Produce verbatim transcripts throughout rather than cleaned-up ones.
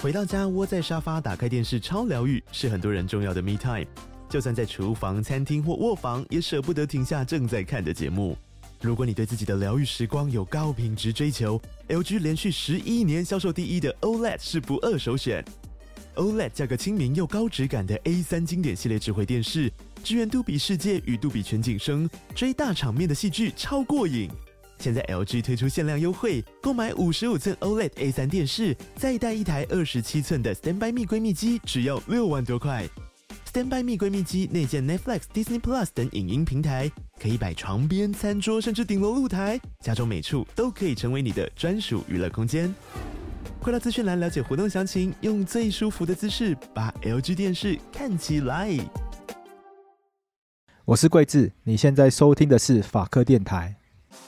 回到家窝在沙发打开电视超疗愈，是很多人重要的 me time。就算在厨房、餐厅或卧房，也舍不得停下正在看的节目。如果你对自己的疗愈时光有高品质追求， L G 连续十一年销售第一的 O L E D 是不二首选。O L E D 价格亲民又高质感的 A 三 经典系列智慧电视，支援杜比世界与杜比全景声，追大场面的戏剧超过瘾。现在 L G 推出限量优惠，购买五十五寸 O L E D A 三 电视，再带一台二十七寸的 Standby Me 闺蜜机，只要六万多块。Standby Me 闺蜜机内建 Netflix、Disney Plus 等影音平台，可以摆床边、餐桌，甚至顶楼露台，家中每处都可以成为你的专属娱乐空间。快到资讯栏了解活动详情，用最舒服的姿势把 L G 电视看起来。 我是桂智，你现在收听的是法科电台。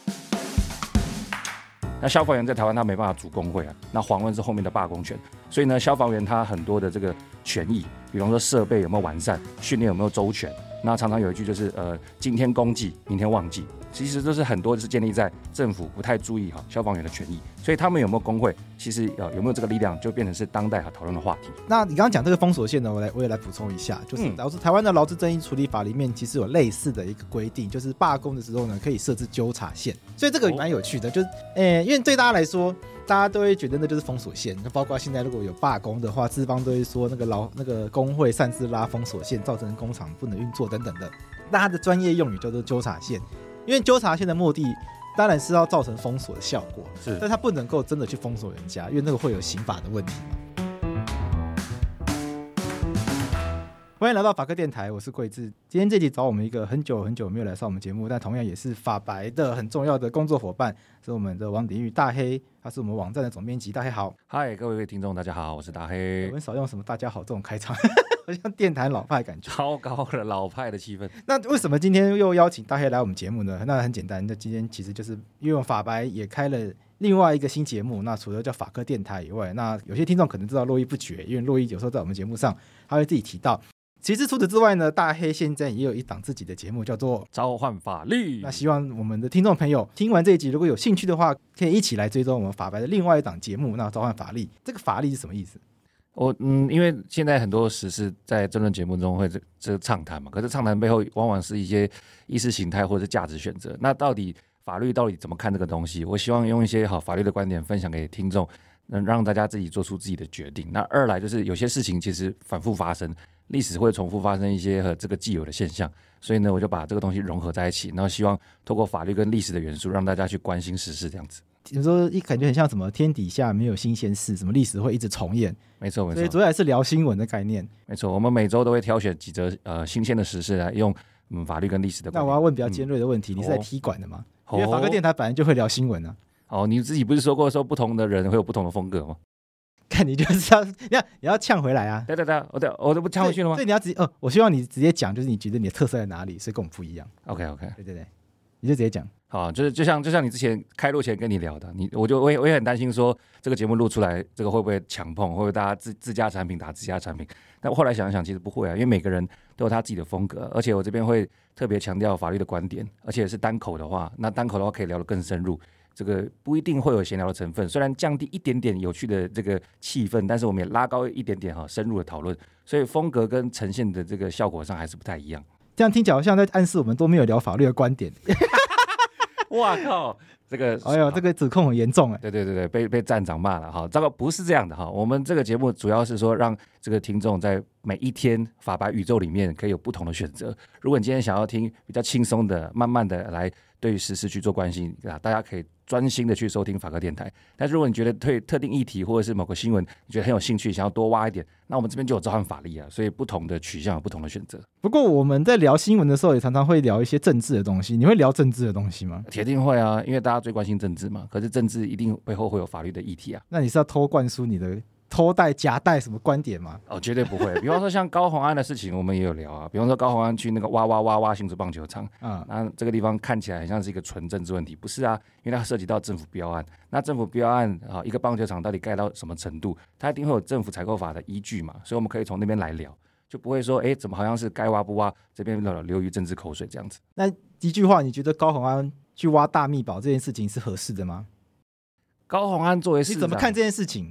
那消防员在台湾他没办法组工会啊，那遑论是后面的罢工权，所以呢，消防员他很多的这个权益，比方说设备有没有完善，训练有没有周全，那常常有一句就是呃，今天公祭，明天忘记，其实都是很多是建立在政府不太注意哈消防员的权益，所以他们有没有工会，其实呃有没有这个力量，就变成是当代哈讨论的话题。 那你刚刚讲这个封锁线呢，我来我也来补充一下，就是劳资、嗯、台湾的劳资争议处理法里面其实有类似的一个规定，就是罢工的时候呢可以设置纠察线，所以这个蛮有趣的，就是诶，因为对大家来说，大家都会觉得那就是封锁线，包括现在如果有罢工的话，资方都会说那个劳那个工会擅自拉封锁线，造成工厂不能运作等等的。那它的专业用语叫做纠察线，因为纠察线的目的当然是要造成封锁的效果，是，但它不能够真的去封锁人家，因为那个会有刑法的问题嘛。欢迎来到法科电台，我是桂智。今天这集找我们一个很久很久没有来上我们节目，但同样也是法白的很重要的工作伙伴，是我们的王鼎玉大黑，他是我们网站的总编辑。大黑好。 嗨，各位听众大家好，我是大黑。 我很少用什么大家好这种开场好像电台老派感觉， 超高的老派的气氛。 那为什么今天又邀请大黑来我们节目呢？那很简单，那今天其实就是因为我们法白也开了另外一个新节目，那除了叫法科电台以外，那有些听众可能知道络绎不绝，因为络绎有时候在我们节目上他会自己提到。其实除此之外呢，大黑现在也有一档自己的节目叫做召唤法律。 那希望我们的听众朋友听完这一集如果有兴趣的话，可以一起来追踪我们法白的另外一档节目，那召唤法律。这个法律是什么意思？ 我嗯，因为现在很多时事在政论节目中会这这畅谈嘛，可是畅谈背后往往是一些意识形态或者是价值选择。那到底法律到底怎么看这个东西？我希望用一些好法律的观点分享给听众，能让大家自己做出自己的决定。那二来就是有些事情其实反复发生，历史会重复发生一些和这个既有的现象，所以呢，我就把这个东西融合在一起，然后希望透过法律跟历史的元素，让大家去关心时事这样子。 有时候一感觉很像什么天底下没有新鲜事，什么历史会一直重演。 没错没错， 所以主要还是聊新闻的概念。 没错，我们每周都会挑选几则呃新鲜的时事来用嗯法律跟历史的观点。 那我要问比较尖锐的问题，嗯、你是在踢馆的吗？哦、因为法科电台本来就会聊新闻啊。 哦，你自己不是说过说不同的人会有不同的风格吗？ 看你就是要你要你要呛回来啊！ 对对对，我对我都不呛回去了吗？ 所以你要直接，呃，我希望你直接讲，就是你觉得你的特色在哪里，所以跟我们不一样。 OK OK， 对对对，你就直接讲。 好，就是就像就像你之前开录前跟你聊的，你我就我也我也很担心说这个节目录出来，这个会不会强碰，会不会大家自自家产品打自家产品？但我后来想一想，其实不会啊，因为每个人都有他自己的风格，而且我这边会特别强调法律的观点，而且是单口的话，那单口的话可以聊得更深入。这个不一定会有闲聊的成分，虽然降低一点点有趣的这个气氛，但是我们也拉高一点点哈深入的讨论，所以风格跟呈现的这个效果上还是不太一样。 这样听起来好像在暗示我们都没有聊法律的观点。 哇靠，这个哎呦，这个指控很严重哎。 对对对对，被被站长骂了哈。这个不是这样的哈，我们这个节目主要是说让这个听众在每一天法白宇宙里面可以有不同的选择。如果你今天想要听比较轻松的，慢慢的来对于时事去做关心啊，大家可以专心的去收听法科电台。但是如果你觉得对特定议题或者是某个新闻你觉得很有兴趣，想要多挖一点，那我们这边就有召唤法律啊，所以不同的取向有不同的选择。 不过我们在聊新闻的时候也常常会聊一些政治的东西，你会聊政治的东西吗？ 铁定会啊，因为大家最关心政治嘛，可是政治一定背后会有法律的议题啊。 那你是要偷灌输你的偷带夹带什么观点吗？ 哦，绝对不会。比方说像高虹安的事情，我们也有聊啊。比方说高虹安去那个哇哇哇哇新竹棒球场，嗯，那这个地方看起来很像是一个纯政治问题，不是啊？因为它涉及到政府标案。那政府标案啊，一个棒球场到底盖到什么程度，它一定会有政府采购法的依据嘛，所以我们可以从那边来聊，就不会说，哎，怎么好像是该挖不挖，这边流于政治口水这样子。 那一句话，你觉得高虹安去挖大秘宝这件事情是合适的吗？ 高虹安作为市长， 你怎么看这件事情？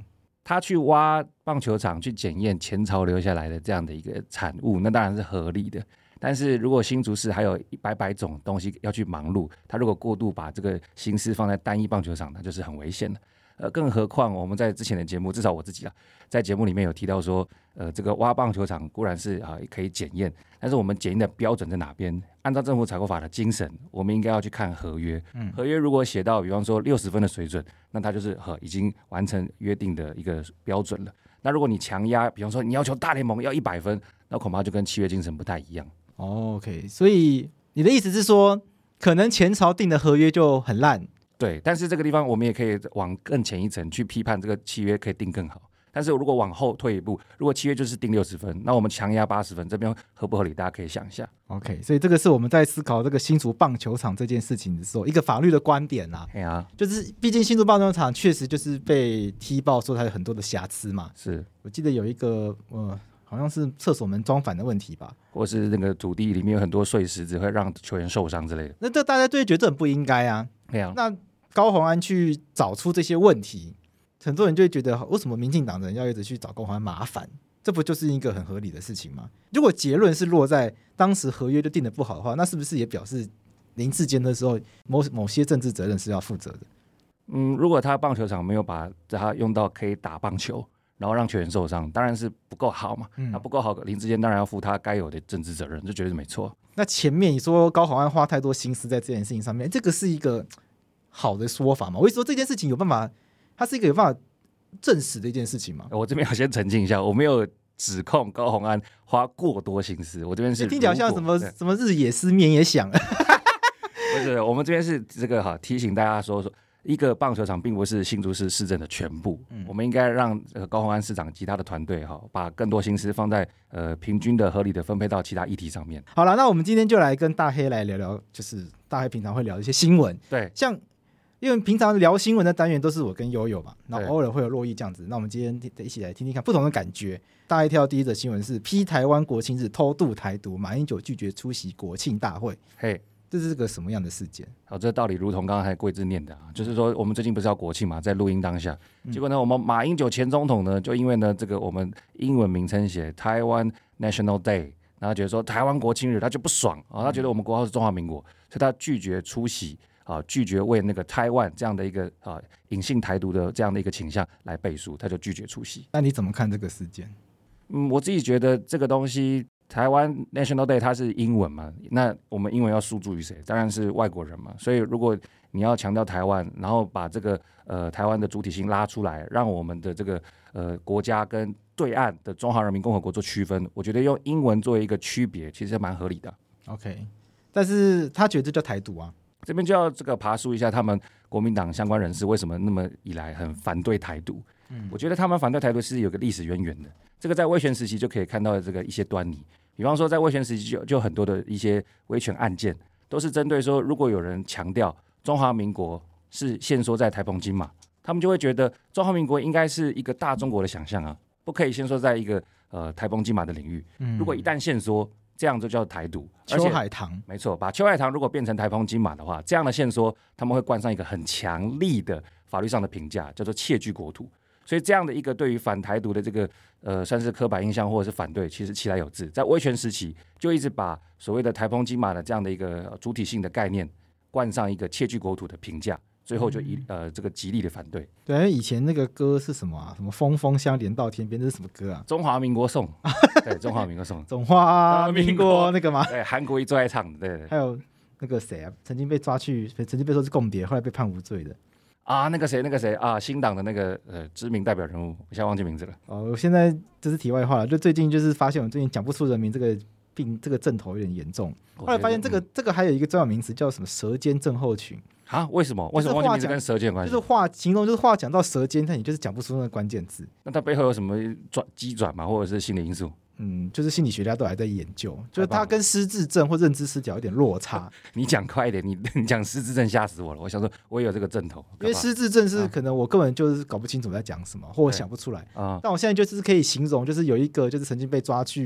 他去挖棒球场去检验前朝留下来的这样的一个产物，那当然是合理的。但是如果新竹市还有一百百种东西要去忙碌，他如果过度把这个心思放在单一棒球场，那就是很危险的。呃，更何况我们在之前的节目，至少我自己啊，在节目里面有提到说，呃，这个挖棒球场固然是啊、呃、可以检验，但是我们检验的标准在哪边？按照政府采购法的精神，我们应该要去看合约。嗯，合约如果写到，比方说六十分的水准，那它就是呃已经完成约定的一个标准了。那如果你强压，比方说你要求大联盟要一百分，那恐怕就跟契约精神不太一样。 哦 OK， 所以你的意思是说，可能前朝定的合约就很烂。 对，但是这个地方我们也可以往更前一层去批判这个契约可以定更好。但是如果往后退一步，如果契约就是定六十分，那我们强压八十分，这边合不合理？大家可以想一下。 OK， 所以这个是我们在思考这个新竹棒球场这件事情的时候，一个法律的观点啦。 对啊， 就是毕竟新竹棒球场确实就是被踢爆说它有很多的瑕疵嘛。 是我记得有一个呃，好像是厕所门装反的问题吧， 或是那个土地里面有很多碎石子会让球员受伤之类的。 那这大家就会觉得这很不应该啊。 对啊， 那高虹安去找出这些问题，很多人就会觉得为什么民进党的人要一直去找高虹安麻烦？这不就是一个很合理的事情吗？如果结论是落在当时合约就定得不好的话，那是不是也表示林志坚的时候 某, 某些政治责任是要负责的？ 嗯，如果他棒球场没有把它用到可以打棒球，然后让球员受伤，当然是不够好嘛。嗯、那不够好，林志坚当然要负他该有的政治责任，这绝对是没错。 那前面你说高虹安花太多心思在这件事情上面，这个是一个好的说法吗？我一说这件事情有办法，它是一个有办法证实的一件事情吗？ 我这边要先澄清一下，我没有指控高虹安花过多心思，我这边是听起来像什么什么日也思眠也想， 不是，我们这边是这个哈提醒大家说说。一个棒球场并不是新竹市市政的全部，嗯、我们应该让、呃、高虹安市长及他的团队哈，把更多心思放在呃平均的、合理的分配到其他议题上面。 好了，那我们今天就来跟大黑来聊聊，就是大黑平常会聊一些新闻， 对， 像因为平常聊新闻的单元都是我跟悠悠嘛，然后偶尔会有洛毅这样子，那我们今天一起来听听看不同的感觉。大黑跳第一则新闻是批台湾国庆日偷渡台独，马英九拒绝出席国庆大会， 嘿。Hey. 这是个什么样的事件？ 好，这道理如同刚才桂枝念的啊，就是说我们最近不是要国庆嘛，在录音当下，结果呢，我们马英九前总统呢，就因为呢这个我们英文名称写台湾 National Day， 然后觉得说台湾国庆日，他就不爽啊，他觉得我们国号是中华民国，所以他拒绝出席啊，拒绝为那个台湾这样的一个啊隐性台独的这样的一个倾向来背书，他就拒绝出席。 那你怎么看这个事件？ 嗯，我自己觉得这个东西。台湾 National Day 它是英文嘛，那我们英文要诉诸于谁？当然是外国人嘛。所以如果你要强调台湾，然后把这个呃台湾的主体性拉出来，让我们的这个呃国家跟对岸的中华人民共和国做区分，我觉得用英文作为一个区别，其实蛮合理的。 OK， 但是他觉得这叫台独啊。 这边就要这个爬梳一下他们国民党相关人士为什么那么以来很反对台独。嗯，我觉得他们反对台独是有个历史渊源的，这个在威权时期就可以看到这个一些端倪。比方说在威权时期就就很多的一些威权案件都是针对说，如果有人强调中华民国是限缩在台澎金马，他们就会觉得中华民国应该是一个大中国的想象啊，不可以限缩在一个呃台澎金马的领域。嗯、如果一旦限缩，这样就叫台独。 秋海棠， 没错，把秋海棠如果变成台澎金马的话，这样的限缩他们会冠上一个很强力的法律上的评价，叫做窃据国土。所以这样的一个对于反台独的这个呃算是刻板印象或者是反对，其实其来有自。在威权时期就一直把所谓的台澎金马的这样的一个主体性的概念冠上一个窃据国土的评价，最后就一呃这个极力的反对。 对，因为以前那个歌是什么啊？什么风风相连到天边，这是什么歌啊？ 中华民国颂。对，中华民国颂。 中华民国那个吗？ 对，韩国一最爱唱的。对对。 还有那个谁啊？曾经被抓去，曾经被说是共谍，后来被判无罪的。 啊，那个谁，那个谁啊，新党的那个呃知名代表人物，我现在忘记名字了。 哦，我现在这是题外话了，就最近就是发现我最近讲不出人名，这个病这个症头有点严重。后来发现这个、嗯、这个还有一个专有名词叫什么舌尖症候群啊？为什么？为什么忘记名字跟舌尖有关系？ 就是话形容就是话讲到舌尖，但你就是讲不出那个关键字。 那它背后有什么转机转嘛，或者是心理因素？ 嗯，就是心理学家都还在研究，就是它跟失智症或认知失调有点落差。 你讲快一点，你你讲失智症吓死我了。我想说，我也有这个症头， 因为失智症是可能我根本就是搞不清楚我在讲什么，或我想不出来啊。但我现在就是可以形容，就是有一个就是曾经被抓去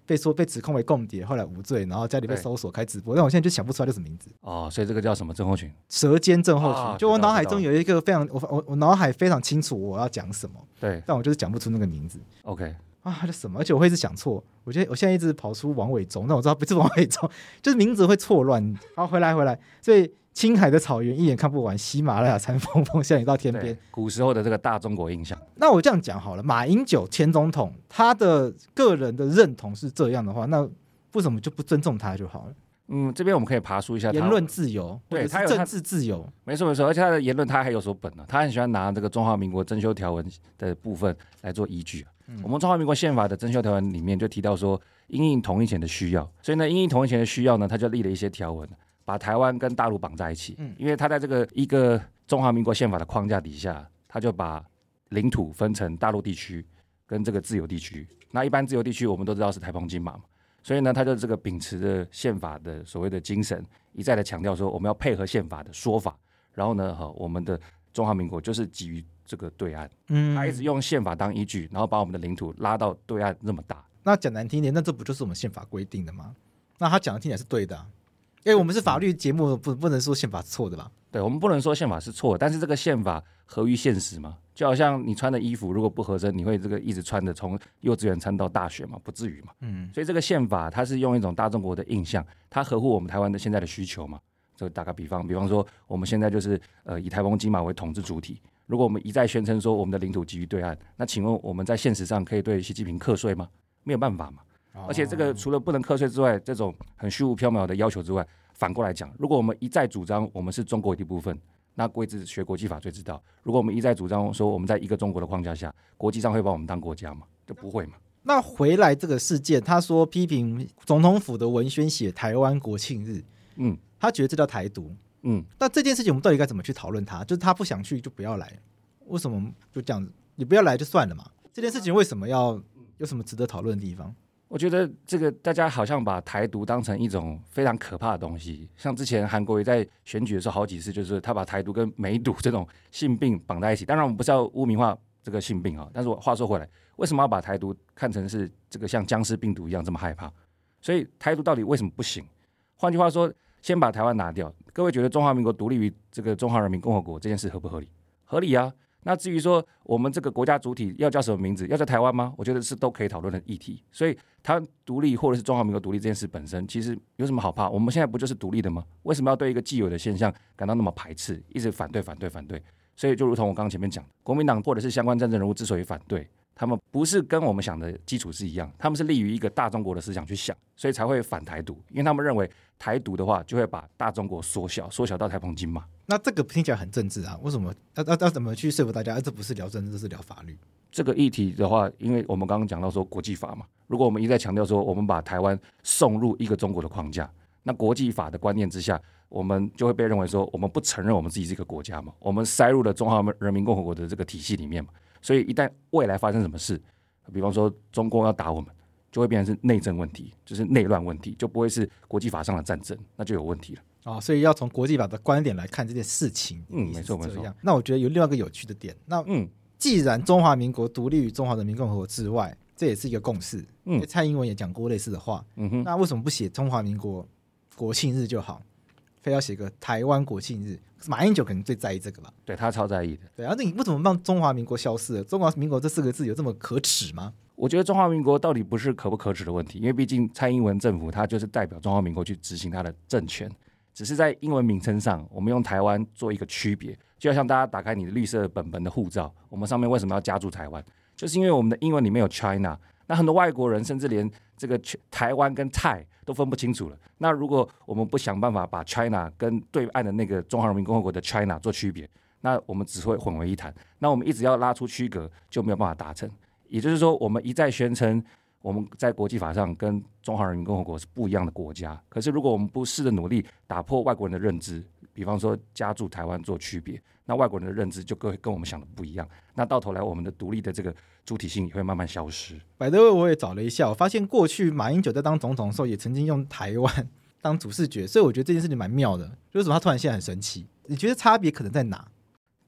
被说被指控为共谍，后来无罪，然后家里被搜索开直播，但我现在就想不出来叫什么名字。 哦，所以这个叫什么症候群？ 舌尖症候群。 啊就我脑海中有一个非常，我我我脑海非常清楚我要讲什么， 对， 但我就是讲不出那个名字。 OK， 啊，这什么？而且我会一直想错。我觉得我现在一直跑出王伟忠，但我知道不是王伟忠，就是名字会错乱。好，回来回来。所以青海的草原一眼看不完，喜马拉雅山峰峰向你到天边。 古时候的这个大中国印象。 那我这样讲好了，马英九前总统他的个人的认同是这样的话，那为什么就不尊重他就好了？ 嗯，这边我们可以爬梳一下言论自由， 对， 他有政治自由， 没错没错，而且他的言论他还有所本呢、啊，他很喜欢拿这个中华民国增修条文的部分来做依据、啊嗯、我们中华民国宪法的增修条文里面就提到说，因应同意权的需要，所以呢，因应同意权的需要呢，他就立了一些条文，把台湾跟大陆绑在一起、嗯，因为他在这个一个中华民国宪法的框架底下，他就把领土分成大陆地区跟这个自由地区。那一般自由地区我们都知道是台澎金马嘛。所以呢，他就这个秉持着宪法的所谓的精神，一再的强调说我们要配合宪法的说法，然后呢，我们的中华民国就是基于这个对岸，嗯，他一直用宪法当依据，然后把我们的领土拉到对岸那么大。 那讲难听一点，那这不就是我们宪法规定的吗？那他讲的听起来是对的、啊，因为我们是法律节目，不不能说宪法是错的吧？ 对，我们不能说宪法是错的，但是这个宪法合于现实嘛？就好像你穿的衣服如果不合身，你会这个一直穿的从幼稚园穿到大学嘛？不至于嘛。嗯，所以这个宪法它是用一种大中国的印象，它合乎我们台湾的现在的需求嘛。就打个比方，比方说我们现在就是呃以台澎金马为统治主体，如果我们一再宣称说我们的领土基于对岸，那请问我们在现实上可以对习近平课税吗？没有办法嘛。而且这个除了不能课税之外，这种很虚无缥缈的要求之外，反过来讲，如果我们一再主张我们是中国一部分，那贵子学国际法最知道，如果我们一再主张说我们在一个中国的框架下，国际上会把我们当国家吗？就不会嘛。 那回来这个事件，他说批评总统府的文宣写台湾国庆日，嗯，他觉得这叫台独，嗯，那这件事情我们到底该怎么去讨论它？就是他不想去就不要来，为什么就这样子？你不要来就算了嘛。这件事情为什么要有什么值得讨论的地方？ 我觉得这个大家好像把台独当成一种非常可怕的东西，像之前韩国瑜在选举的时候好几次，就是他把台独跟梅毒这种性病绑在一起。当然我们不是要污名化这个性病啊，但是话说回来，为什么要把台独看成是这个像僵尸病毒一样这么害怕？所以台独到底为什么不行？换句话说，先把台湾拿掉，各位觉得中华民国独立于这个中华人民共和国这件事合不合理？合理啊。那至于说我们这个国家主体要叫什么名字，要叫台湾吗？我觉得是都可以讨论的议题。所以台湾独立或者是中华民国独立这件事本身，其实有什么好怕？我们现在不就是独立的吗？为什么要对一个既有的现象感到那么排斥，一直反对反对反对？所以就如同我刚刚前面讲的，国民党或者是相关政治人物之所以反对，他们不是跟我们想的基础是一样，他们是立于一个大中国的思想去想，所以才会反台独，因为他们认为台独的话就会把大中国缩小，缩小到台澎金马。 那这个听起来很政治啊，为什么要要要怎么去说服大家？这不是聊政治，这是聊法律。 这个议题的话，因为我们刚刚讲到说国际法嘛，如果我们一再强调说我们把台湾送入一个中国的框架，那国际法的观念之下，我们就会被认为说我们不承认我们自己是一个国家嘛，我们塞入了中华人民共和国的这个体系里面嘛，所以一旦未来发生什么事，比方说中共要打我们，就会变成是内政问题，就是内乱问题，就不会是国际法上的战争，那就有问题了。 哦，所以要从国际法的观点来看这件事情。 嗯，没错没错。 那我觉得有另外一个有趣的点，那嗯，既然中华民国独立于中华人民共和国之外，这也是一个共识。嗯，蔡英文也讲过类似的话。嗯哼，那为什么不写中华民国国庆日就好，非要写个台湾国庆日？马英九可能最在意这个吧？ 对，他超在意的。 对，然后你为什么让中华民国消失了？中华民国这四个字有这么可耻吗？ 我觉得中华民国到底不是可不可耻的问题，因为毕竟蔡英文政府他就是代表中华民国去执行他的政权。只是在英文名称上，我们用台湾做一个区别，就像大家打开你的绿色本本的护照，我们上面为什么要加注台湾？就是因为我们的英文里面有 China， 那很多外国人甚至连这个台湾跟泰都分不清楚了。那如果我们不想办法把 China 跟对岸的那个中华人民共和国的 China 做区别，那我们只会混为一谈。那我们一直要拉出区隔，就没有办法达成。也就是说，我们一再宣称我们在国际法上跟中华人民共和国是不一样的国家，可是如果我们不试着努力打破外国人的认知，比方说加注台湾做区别，那外国人的认知就跟跟我们想的不一样，那到头来我们的独立的这个主体性也会慢慢消失。 百德我也找了一下，我发现过去马英九在当总统的时候也曾经用台湾当主视觉，所以我觉得这件事情蛮妙的。为什么他突然现在很生气？你觉得差别可能在哪？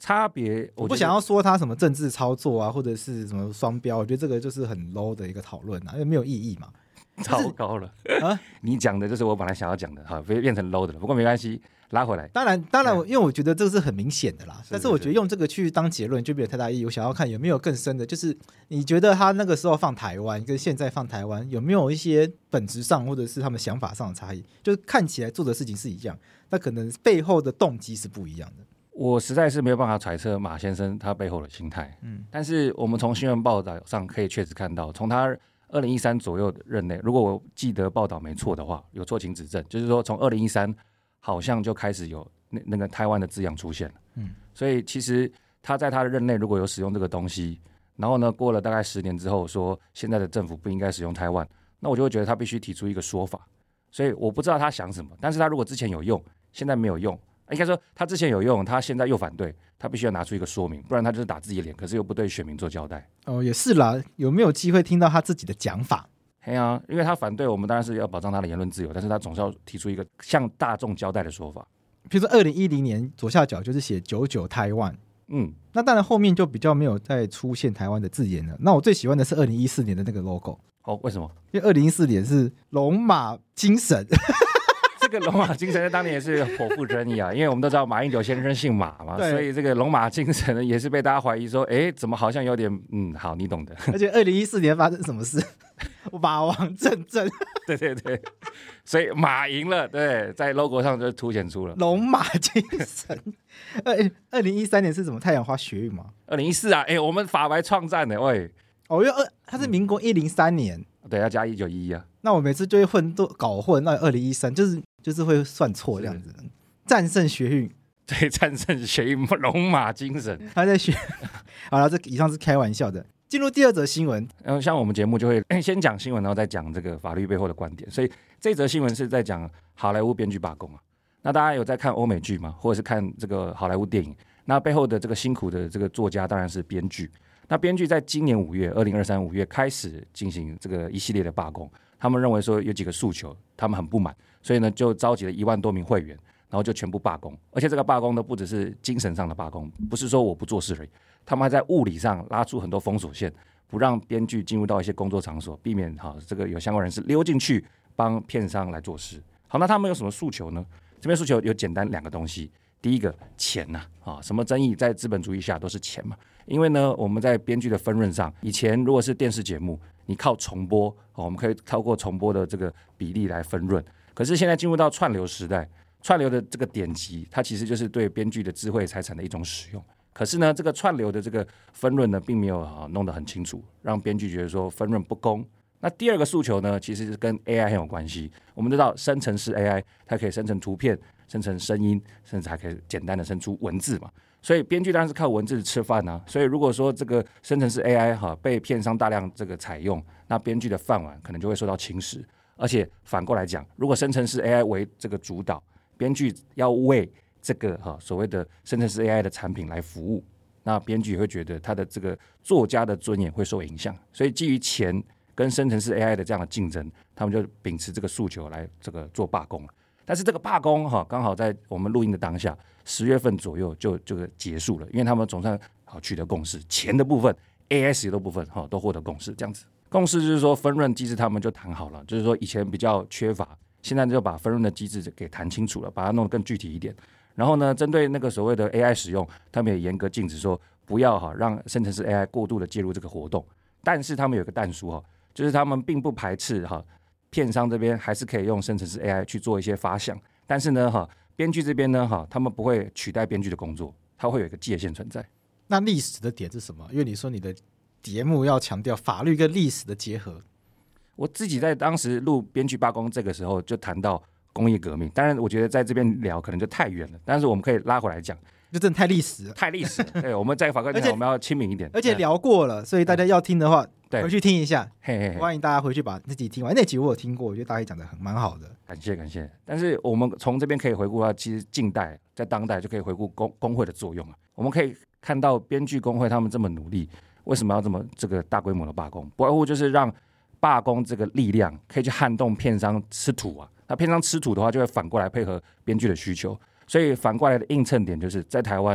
差别我我不想要说他什么政治操作啊，或者是什么双标，我觉得这个就是很 low 的一个讨论啊，因为没有意义嘛。 糟糕了啊！ 你讲的就是我本来想要讲的，哈，变成 low 的了。不过没关系，拉回来。 当然，当然，因为我觉得这个是很明显的啦。 是是是， 但是我觉得用这个去当结论就没有太大意义。我想要看有没有更深的，就是你觉得他那个时候放台湾跟现在放台湾有没有一些本质上或者是他们想法上的差异？就是看起来做的事情是一样，那可能背后的动机是不一样的。 我实在是没有办法揣测马先生他背后的心态，嗯，但是我们从新闻报道上可以确实看到，从他二零一三左右的任内，如果我记得报道没错的话，有错请指正，就是说从二零一三好像就开始有那那个台湾的字样出现了，嗯，所以其实他在他的任内如果有使用这个东西，然后呢过了大概十年之后说现在的政府不应该使用台湾，那我就会觉得他必须提出一个说法，所以我不知道他想什么，但是他如果之前有用，现在没有用。应该说他之前有用，他现在又反对，他必须要拿出一个说明，不然他就是打自己脸，可是又不对选民做交代。 哦，也是啦，有没有机会听到他自己的讲法？ 对啊，因为他反对，我们当然是要保障他的言论自由，但是他总是要提出一个向大众交代的说法。 比如说二零一零年左下角就是写九九台湾， 嗯， 那当然后面就比较没有再出现台湾的字眼了。那我最喜欢的是二零一四年的那个 logo。 哦，为什么？ 因为二零一四年是龙马精神。 这个龙马精神在当年也是颇负争议啊，因为我们都知道马英九先生姓马嘛，所以这个龙马精神也是被大家怀疑说，哎，怎么好像有点嗯，好，你懂的。 而且二零一四年发生什么事？马王正正， 对对对，所以马赢了，对，在 logo 上就凸显出了龙马精神。二二零一三年是什么？太阳花学运吗？ 二零一四啊，哎，我们法白创战的，喂， 哦，因为二它是民国一零三年， 嗯、对，要加一九一一啊。 那我每次就会混都搞混，那二零一三就是就是会算错这样子。战胜学运， 对，战胜学运，龙马精神， 他在学。好了，这以上是开玩笑的。进入第二则新闻， 然后像我们节目就会先讲新闻，然后再讲这个法律背后的观点。所以这则新闻是在讲好莱坞编剧罢工啊。那大家有在看欧美剧吗？或者是看这个好莱坞电影？那背后的这个辛苦的这个作家当然是编剧。那编剧在今年五月，二零二三五月开始进行这个一系列的罢工。他们认为说有几个诉求，他们很不满，所以呢就召集了一万多名会员，然后就全部罢工。而且这个罢工呢不只是精神上的罢工，不是说我不做事而已，他们还在物理上拉出很多封锁线，不让编剧进入到一些工作场所，避免哈这个有相关人士溜进去帮片商来做事。好，那他们有什么诉求呢？这边诉求有简单两个东西。第一个，钱呐、啊，啊，什么争议在资本主义下都是钱嘛。因为呢，我们在编剧的分润上，以前如果是电视节目，你靠重播，哦、我们可以透过重播的这个比例来分润。可是现在进入到串流时代，串流的这个点击，它其实就是对编剧的智慧财产的一种使用。可是呢，这个串流的这个分润呢，并没有、啊、弄得很清楚，让编剧觉得说分润不公。那第二个诉求呢，其实是跟 A I 很有关系。我们知道生成式 A I 它可以生成图片、生成声音，甚至还可以简单的生出文字嘛。所以编剧当然是靠文字吃饭啊。所以如果说这个生成式 A I 哈被片商大量这个采用，那编剧的饭碗可能就会受到侵蚀。而且反过来讲，如果生成式 A I 为这个主导，编剧要为这个哈所谓的生成式 A I 的产品来服务，那编剧也会觉得他的这个作家的尊严会受影响。所以基于钱跟生成式 A I 的这样的竞争，他们就秉持这个诉求来这个做罢工了。但是这个罢工哈，刚好在我们录音的当下，十月份左右就这个结束了，因为他们总算好取得共识，钱的部分、A S 的部分哈都获得共识，这样子。共识就是说分润机制他们就谈好了，就是说以前比较缺乏，现在就把分润的机制给谈清楚了，把它弄得更具体一点。然后呢，针对那个所谓的 A I 使用，他们也严格禁止说不要哈让生成式 A I 过度的介入这个活动。但是他们有个但书哈，就是他们并不排斥哈。片商这边还是可以用生成式 A I 去做一些发想，但是呢，哈，编剧这边呢，哈，他们不会取代编剧的工作，它会有一个界限存在。 那历史的点是什么？因为你说你的节目要强调法律跟历史的结合。 我自己在当时录编剧罢工这个时候就谈到工业革命，当然我觉得在这边聊可能就太远了，但是我们可以拉回来讲。 就真的太历史了， 太历史了。对，我们在法官讲我们要亲民一点， 而且聊过了，所以大家要听的话， 对， 回去听一下。 嘿嘿嘿， 欢迎大家回去把自己听完。那集我有听过，我觉得大家讲的很蛮好的。 感谢感谢。但是我们从这边可以回顾到，其实近代在当代就可以回顾工工会的作用了。我们可以看到编剧工会他们这么努力，为什么要这么这个大规模的罢工？不外乎就是让罢工这个力量可以去撼动片商吃土啊。那片商吃土的话，就会反过来配合编剧的需求。所以反过来的映衬点就是在台湾，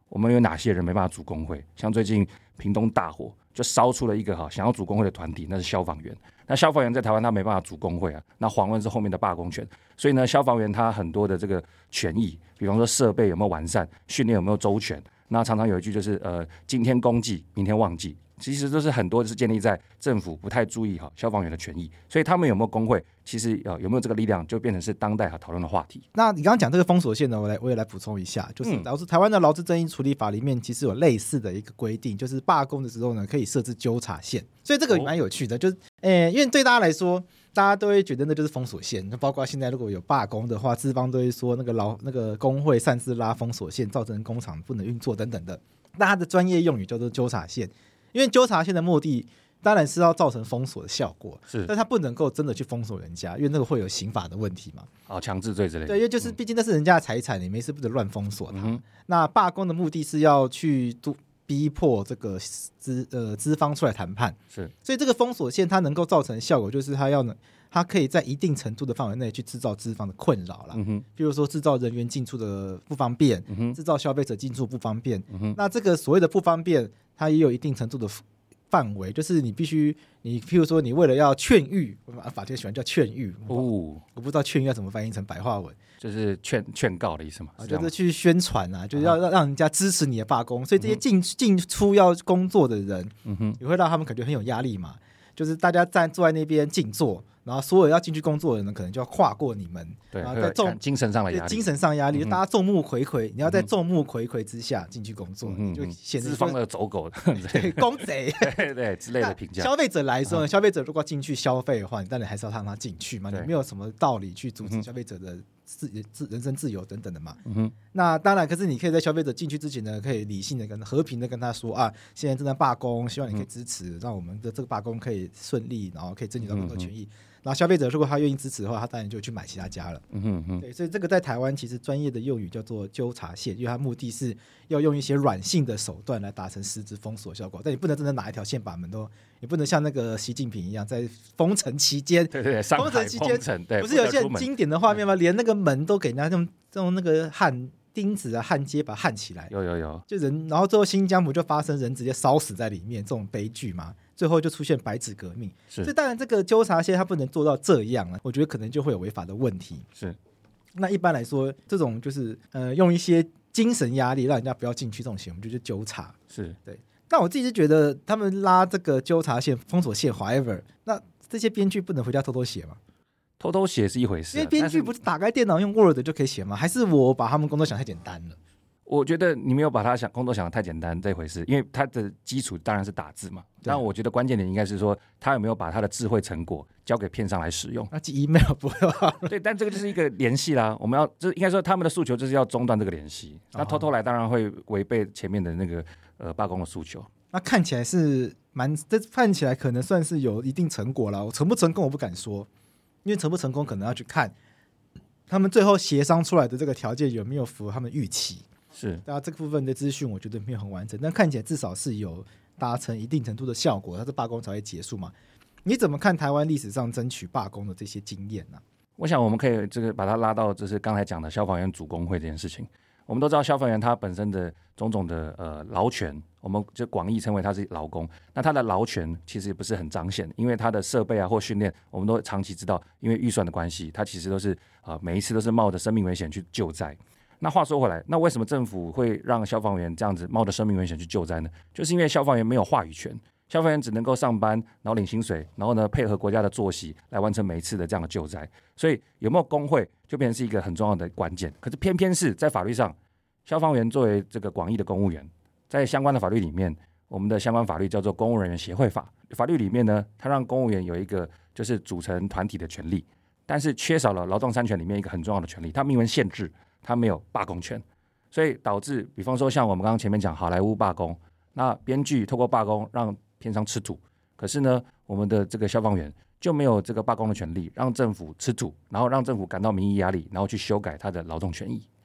我们有哪些人没办法组工会？像最近屏东大火，就烧出了一个哈想要组工会的团体，那是消防员。那消防员在台湾他没办法组工会啊，那遑论是后面的罢工权。所以呢，消防员他很多的这个权益，比方说设备有没有完善，训练有没有周全。那常常有一句就是呃，今天公祭，明天忘记。其实都是很多是建立在政府不太注意哈消防员的权益，所以他们有没有工会，其实呃有没有这个力量，就变成是当代哈讨论的话题。 那你刚刚讲这个封锁线呢，我来我也来补充一下，就是嗯劳资台湾的劳资争议处理法里面其实有类似的一个规定，就是罢工的时候呢可以设置纠察线，所以这个蛮有趣的，就是诶，因为对大家来说，大家都会觉得那就是封锁线，包括现在如果有罢工的话，资方都会说那个劳那个工会擅自拉封锁线，造成工厂不能运作等等的。那它的专业用语叫做纠察线。因为纠察线的目的当然是要造成封锁的效果， 是， 但它不能够真的去封锁人家，因为那个会有刑法的问题嘛。 哦，强制罪之类的。 对，因为就是毕竟那是人家的财产，你没事不能乱封锁它。 嗯、 那罢工的目的是要去逼迫这个资呃资方出来谈判， 是， 所以这个封锁线它能够造成的效果就是它要它可以在一定程度的范围内去制造资方的困扰啦，嗯、比如说制造人员进出的不方便，嗯、制造消费者进出不方便。嗯、那这个所谓的不方便，它也有一定程度的范围，就是你必须，你譬如说你为了要劝喻，法律喜欢叫劝喻，哦，我不知道劝喻要怎么翻译成白话文， 就是劝劝告的意思嘛， 是就是去宣传啊，就是要让人家支持你的罢工，所以这些进进出要工作的人，嗯哼，也会让他们感觉很有压力嘛，就是大家站坐在那边静坐。然后所有要进去工作的人呢，可能就要跨过你们， 对， 然后在众精神上的压力， 精神上压力，嗯、大家众目睽睽，你要在众目睽睽之下进去工作， 嗯、 你就显得资方的走狗， 对，公贼， 对对之类的评价。 消费者来说呢，消费者如果进去消费的话，你当然还是要让他进去嘛，你没有什么道理去阻止消费者的自自人身自由等等的嘛。嗯、那当然，可是你可以在消费者进去之前呢，可以理性的跟和平的跟他说啊，现在正在罢工，希望你可以支持，嗯、让我们的这个罢工可以顺利，然后可以争取到更多权益。嗯然后消费者如果他愿意支持的话，他当然就去买其他家了。嗯哼哼，对，所以这个在台湾其实专业的用语叫做纠察线，因为它目的是要用一些软性的手段来达成实质封锁效果。但你不能真的哪一条线把门都，你不能像那个习近平一样，在封城期间， 对对，上海封城期间， 对， 不是有些很经典的画面吗？连那个门都给人家用用那个焊钉子啊、焊接把它焊起来。 有有有， 就人，然后最后新疆不就发生人直接烧死在里面这种悲剧吗？最后就出现白纸革命，所以当然这个纠察线它不能做到这样了，我觉得可能就会有违法的问题。 是， 那一般来说，这种就是呃用一些精神压力让人家不要进去这种行为，我们就叫纠察。 是对，但我自己是觉得他们拉这个纠察线、封锁线 ，however， 那这些编剧不能回家偷偷写吗？ 偷偷写是一回事、啊， 因为编剧不是打开电脑用 Word 就可以写吗？还是我把他们工作想太简单了？ 我觉得你没有把他想工作想的太简单这回事，因为他的基础当然是打字嘛。但我觉得关键点应该是说，他有没有把他的智慧成果交给片商来使用。 那寄 email 不会吧？ 对，但这个就是一个联系啦。我们要，这应该说他们的诉求就是要中断这个联系。那偷偷来当然会违背前面的那个呃罢工的诉求。 那看起来是蛮，这看起来可能算是有一定成果了。我成不成功我不敢说，因为成不成功可能要去看他们最后协商出来的这个条件有没有符合他们预期。 是， 大家这个部分的资讯我觉得没有很完整，但看起来至少是有达成一定程度的效果，它是罢工才会结束嘛？你怎么看台湾历史上争取罢工的这些经验呢、啊？ 我想我们可以这个把它拉到就是刚才讲的消防员组工会这件事情。我们都知道消防员他本身的种种的呃劳权，我们就广义称为他是劳工。那他的劳权其实也不是很彰显，因为他的设备啊或训练，我们都长期知道，因为预算的关系，他其实都是啊、呃、每一次都是冒着生命危险去救灾。那话说回来，那为什么政府会让消防员这样子冒着生命危险去救灾呢？就是因为消防员没有话语权，消防员只能够上班，然后领薪水，然后呢配合国家的作息来完成每一次的这样的救灾。所以有没有工会就变成是一个很重要的关键。可是偏偏是在法律上，消防员作为这个广义的公务员，在相关的法律里面，我们的相关法律叫做《公务人员协会法》，法律里面呢，它让公务员有一个就是组成团体的权利，但是缺少了劳动三权里面一个很重要的权利，它明文限制。他没有罢工权，所以导致比方说像我们刚刚前面讲好莱坞罢工，那编剧透过罢工让片商吃土，可是呢我们的这个消防员就没有这个罢工的权利，让政府吃土，然后让政府感到民意压力，然后去修改他的劳动权益。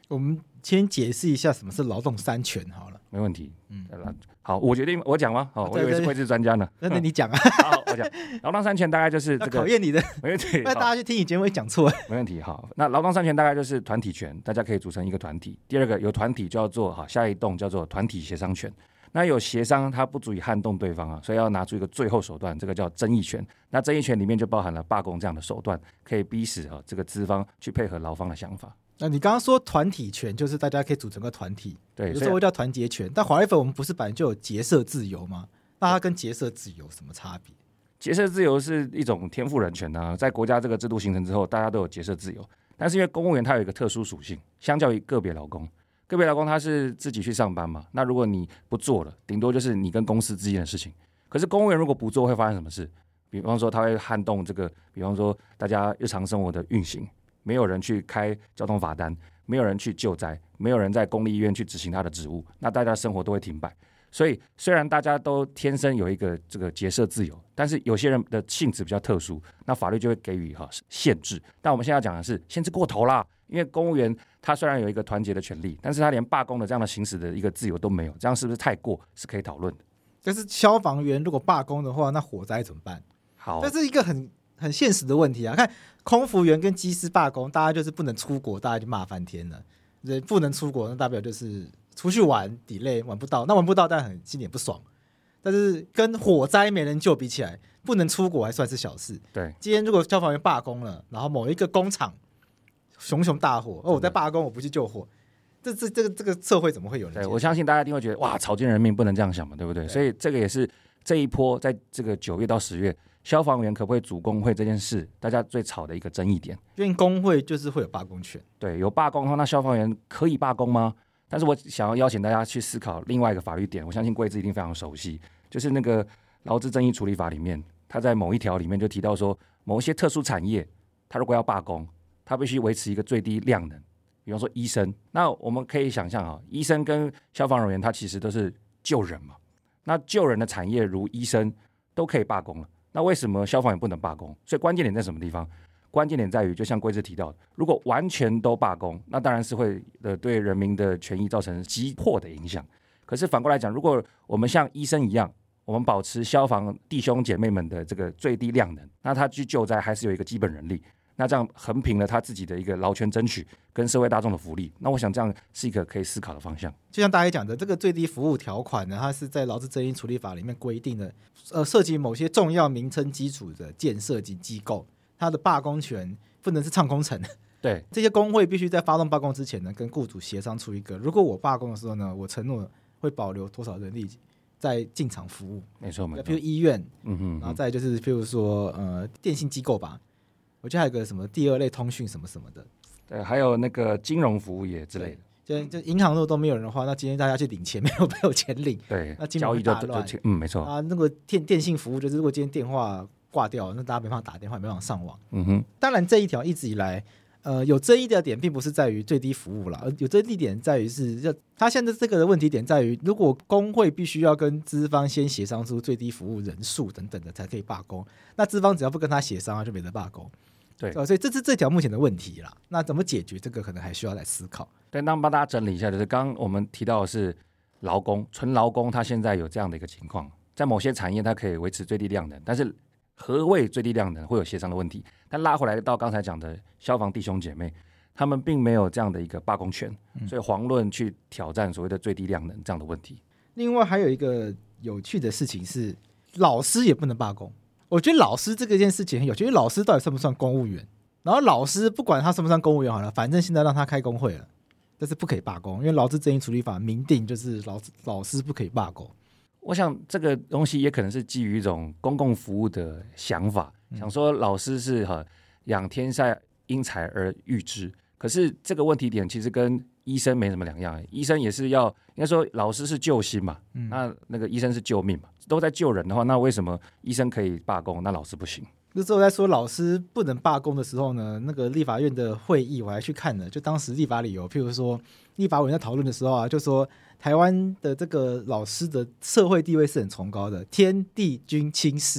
我们先解释一下什么是劳动三权好了。 没问题。嗯，好，我决定我讲吗？好，我以为是贵志专家呢。 那你讲啊。 好，我讲。劳动三权大概就是这个考验你的， 没问题。 那大家去听你节目会讲错。 没问题。好，那劳动三权大概就是团体权，大家可以组成一个团体。第二个有团体就要做好下一栋叫做团体协商权。那有协商，它不足以撼动对方啊，所以要拿出一个最后手段，这个叫争议权。那争议权里面就包含了罢工这样的手段，可以逼使啊这个资方去配合劳方的想法。 那你刚刚说团体权就是大家可以组成个团体， 对， 有时候会叫团结权。但华莱芬我们不是本来就有结社自由吗？那它跟结社自由有什么差别？ 结社自由是一种天赋人权啊，在国家这个制度形成之后，大家都有结社自由。但是因为公务员它有一个特殊属性，相较于个别劳工。个别劳工他是自己去上班嘛，那如果你不做了，顶多就是你跟公司之间的事情。可是公务员如果不做，会发生什么事？比方说他会撼动这个，比方说大家日常生活的运行，没有人去开交通罚单，没有人去救灾，没有人在公立医院去执行他的职务，那大家生活都会停摆。所以虽然大家都天生有一个这个结社自由，但是有些人的性质比较特殊，那法律就会给予哈限制。但我们现在要讲的是限制过头啦，因为公务员他虽然有一个团结的权利，但是他连罢工的这样的行使的一个自由都没有，这样是不是太过？是可以讨论的。 但是消防员如果罢工的话，那火灾怎么办？ 好， 这是一个很很现实的问题啊。看空服员跟机师罢工，大家就是不能出国，大家就骂翻天了。人不能出国，那代表就是出去玩 delay 玩不到，那玩不到，但很心里也不爽。但是跟火灾没人救比起来，不能出国还算是小事。 对， 今天如果消防员罢工了，然后某一个工厂熊熊大火，哦，我在罢工，我不去救火，这这这个这个社会怎么会有人？ 对，我相信大家一定会觉得哇，草菅人命，不能这样想嘛，对不对？对，所以这个也是这一波在这个九月到十月，消防员可不可以组工会这件事，大家最吵的一个争议点。 因为工会就是会有罢工权， 对，有罢工的话，那消防员可以罢工吗？但是我想要邀请大家去思考另外一个法律点，我相信贵志一定非常熟悉，就是那个劳资争议处理法里面，他在某一条里面就提到说，某一些特殊产业，他如果要罢工，他必须维持一个最低量能，比方说医生。那我们可以想象啊，医生跟消防人员他其实都是救人嘛，那救人的产业如医生都可以罢工了，那为什么消防员不能罢工？所以关键点在什么地方？关键点在于，就像贵志提到的，如果完全都罢工，那当然是会呃对人民的权益造成急迫的影响。可是反过来讲，如果我们像医生一样，我们保持消防弟兄姐妹们的这个最低量能，那他去救灾还是有一个基本人力，那这样横平了他自己的一个劳权争取跟社会大众的福利，那我想这样是一个可以思考的方向。 就像大家讲的，这个最低服务条款呢，它是在劳资争议处理法里面规定的，呃，涉及某些重要名称基础的建设及机构，它的罢工权不能是唱空城。 对， 这些工会必须在发动罢工之前呢，跟雇主协商出一个，如果我罢工的时候呢，我承诺会保留多少人力在进场服务。 没错没错。 譬如医院， 嗯哼嗯哼， 然后再就是譬如说呃电信机构吧，我觉得还有个什么第二类通讯什么什么的， 对，还有那个金融服务业之类的。 就就银行如果都没有人的话，那今天大家去领钱没有没有钱领， 对， 那金融交易就大乱。 就嗯，没错啊。那个电电信服务就是，如果今天电话挂掉，那大家没办法打电话，没办法上网。 嗯哼， 当然这一条一直以来，呃，有争议的点并不是在于最低服务啦，而有争议点在于是，就他现在这个的问题点在于，如果工会必须要跟资方先协商出最低服务人数等等的才可以罢工，那资方只要不跟他协商，就没得罢工。 对， 呃，所以这是这条目前的问题啦。那怎么解决这个，可能还需要来思考。 对，那帮大家整理一下，就是刚刚我们提到的是劳工，纯劳工，他现在有这样的一个情况，在某些产业它可以维持最低量能，但是何谓最低量能会有协商的问题。但拉回来到刚才讲的消防弟兄姐妹，他们并没有这样的一个罢工权，所以遑论去挑战所谓的最低量能这样的问题。 另外还有一个有趣的事情是，老师也不能罢工。我觉得老师这个件事情很有趣，因为老师到底算不算公务员？然后老师不管他算不算公务员好了，反正现在让他开工会了，但是不可以罢工，因为劳资争议处理法明定就是老老师不可以罢工。 我想这个东西也可能是基于一种公共服务的想法，嗯、想说老师是哈养天下因材而育之，可是这个问题点其实跟医生没什么两样，医生也是要应该说老师是救星嘛，嗯、那那个医生是救命嘛，都在救人的话，那为什么医生可以罢工，那老师不行？ 那时候在说老师不能罢工的时候呢，那个立法院的会议我还去看了，就当时立法理由，譬如说立法委员在讨论的时候啊，就说台湾的这个老师的社会地位是很崇高的，天地君亲师。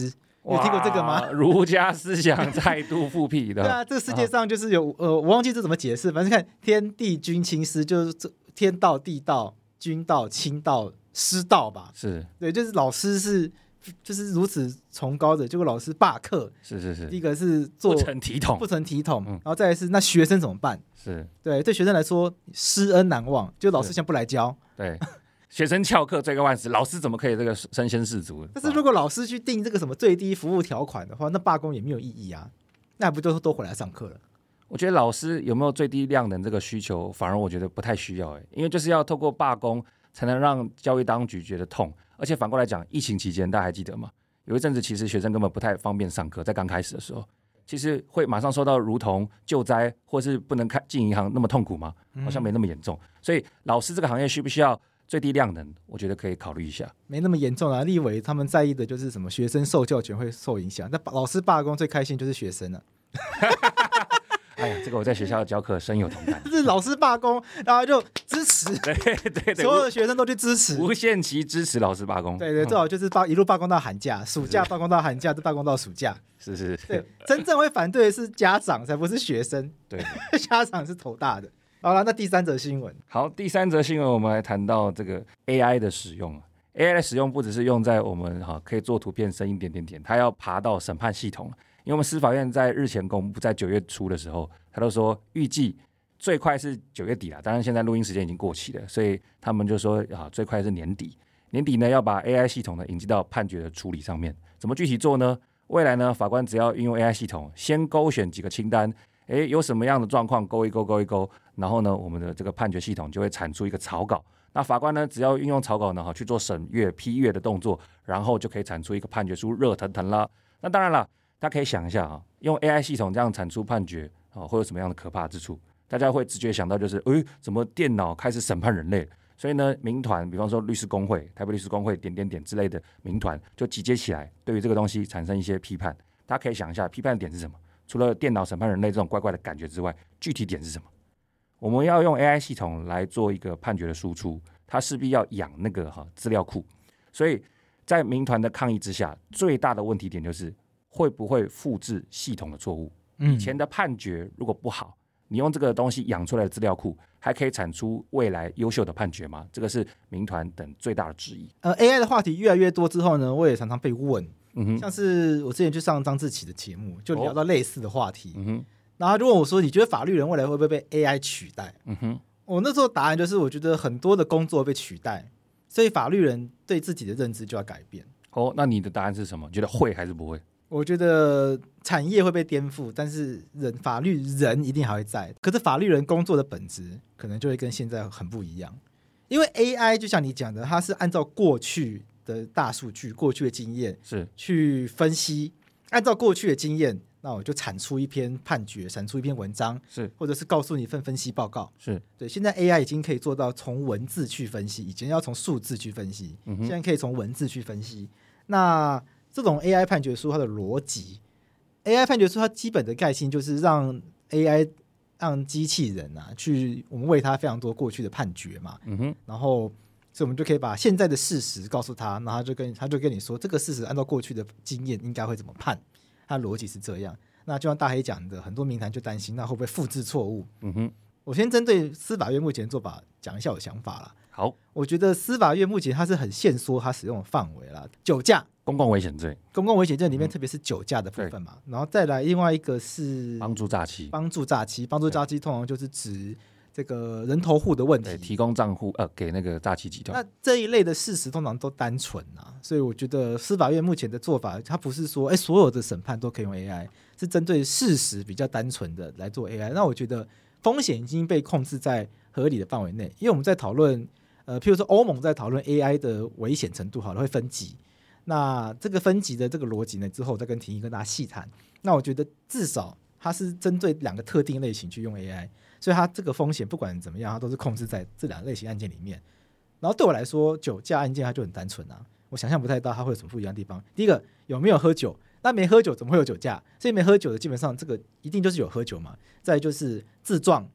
你有听过这个吗？ 儒家思想再度复辟的。 对啊，这个世界上就是有呃，我忘记这怎么解释，反正看天地君亲师，就是这天道、地道、君道、亲道、师道吧。 是， 对，就是老师是就是如此崇高的，结果老师罢课。 是是是。 第一个是做不成体统， 不成体统， 嗯、 然后再来是那学生怎么办？ 是对对学生来说师恩难忘，就老师现在不来教。 对。学生翘课罪该万死，老师怎么可以这个身先士卒？ 但是如果老师去定这个什么最低服务条款的话，那罢工也没有意义啊，那不就都回来上课了？ 我觉得老师有没有最低量能这个需求，反而我觉得不太需要、欸、因为就是要透过罢工才能让教育当局觉得痛。而且反过来讲，疫情期间大家还记得吗？有一阵子其实学生根本不太方便上课，在刚开始的时候，其实会马上受到如同救灾或是不能开进银行那么痛苦吗？好像没那么严重。所以老师这个行业需不需要最低量能？我觉得可以考虑一下。 没那么严重啊，立委他们在意的就是什么学生受教权会受影响，那老师罢工最开心就是学生了、啊。 哎呀，这个我在学校教课深有同感。 是老师罢工，然后就支持， 对对对， 所有的学生都去支持， 无限期支持老师罢工。 对对，最好就是罢一路罢工到寒假，暑假罢工到寒假，就罢工到暑假。 是是是， 对，真正会反对的是家长，才不是学生。 对， 家长是头大的。好了，那第三则新闻。 好，第三则新闻我们来谈到这个 A I 的使用。A I 的使用不只是用在我们哈可以做图片、声音点点点，它要爬到审判系统。因为我们司法院在日前公布，在九月初的时候，他都说预计最快是九月底啦，当然现在录音时间已经过期了，所以他们就说啊，最快是年底。年底呢，要把 A I 系统呢引进到判决的处理上面。怎么具体做呢？未来呢，法官只要运用 A I 系统，先勾选几个清单，诶，有什么样的状况勾一勾勾一勾，然后呢，我们的这个判决系统就会产出一个草稿。那法官呢，只要运用草稿呢去做审阅、批阅的动作，然后就可以产出一个判决书，热腾腾啦。那当然了。大家可以想一下啊，用 A I 系统这样产出判决啊，会有什么样的可怕之处？大家会直觉想到就是，哎，怎么电脑开始审判人类？所以呢，民团，比方说律师公会、台北律师公会点点点之类的民团，就集结起来，对于这个东西产生一些批判。大家可以想一下，批判的点是什么？除了电脑审判人类这种怪怪的感觉之外，具体点是什么？我们要用 A I 系统来做一个判决的输出，它势必要养那个哈资料库。所以在民团的抗议之下，最大的问题点就是会不会复制系统的错误？以前的判决如果不好，你用这个东西养出来的资料库，还可以产出未来优秀的判决吗？这个是民团等最大的质疑。 呃 ，A I 的话题越来越多之后呢，我也常常被问， 嗯哼， 像是我之前去上张志奇的节目，就聊到类似的话题， 嗯哼， 然后他就问我说：“你觉得法律人未来会不会被 A I 取代？” 嗯哼， 我那时候答案就是，我觉得很多的工作被取代，所以法律人对自己的认知就要改变。 哦，那你的答案是什么？觉得会还是不会？ 我觉得产业会被颠覆，但是人法律人一定还会在。可是法律人工作的本质可能就会跟现在很不一样，因为 A I 就像你讲的，它是按照过去的大数据、过去的经验是去分析，按照过去的经验，那我就产出一篇判决，产出一篇文章， 是， 或者是告诉你一份分析报告。 是对，现在 A I 已经可以做到从文字去分析，以前要从数字去分析， 嗯、 现在可以从文字去分析。那这种 A I 判决书它的逻辑 ，A I 判决书它基本的概念就是让 A I 让机器人啊去我们喂它非常多过去的判决嘛， 嗯哼， 然后所以我们就可以把现在的事实告诉他，然后他就跟他就跟你说这个事实按照过去的经验应该会怎么判，它的逻辑是这样。那就像大黑讲的，很多民团就担心那会不会复制错误。 嗯哼， 我先针对司法院目前的做法讲一下我的想法啦。 好， 我觉得司法院目前它是很限缩它使用的范围啦，酒驾、 公共危险罪、 公共危险罪里面特别是酒驾的部分嘛，嗯、然后再来另外一个是帮助诈欺， 帮助诈欺，帮助诈欺通常就是指这个人头户的问题， 提供账户呃给那个诈欺集团。 那这一类的事实通常都单纯啊，所以我觉得司法院目前的做法，它不是说哎所有的审判都可以用 A I， 是针对事实比较单纯的来做 A I。那我觉得风险已经被控制在合理的范围内，因为我们在讨论呃，譬如说欧盟在讨论 A I 的危险程度，好了会分级。那这个分级的这个逻辑呢，之后再跟廷义跟大家细谈。那我觉得至少它是针对两个特定类型去用 A I， 所以它这个风险不管怎么样，它都是控制在这两个类型案件里面。然后对我来说，酒驾案件它就很单纯啊，我想象不太到它会有什么不一样的地方。第一个有没有喝酒？那没喝酒怎么会有酒驾？所以没喝酒的基本上这个一定就是有喝酒嘛。再来就是自撞、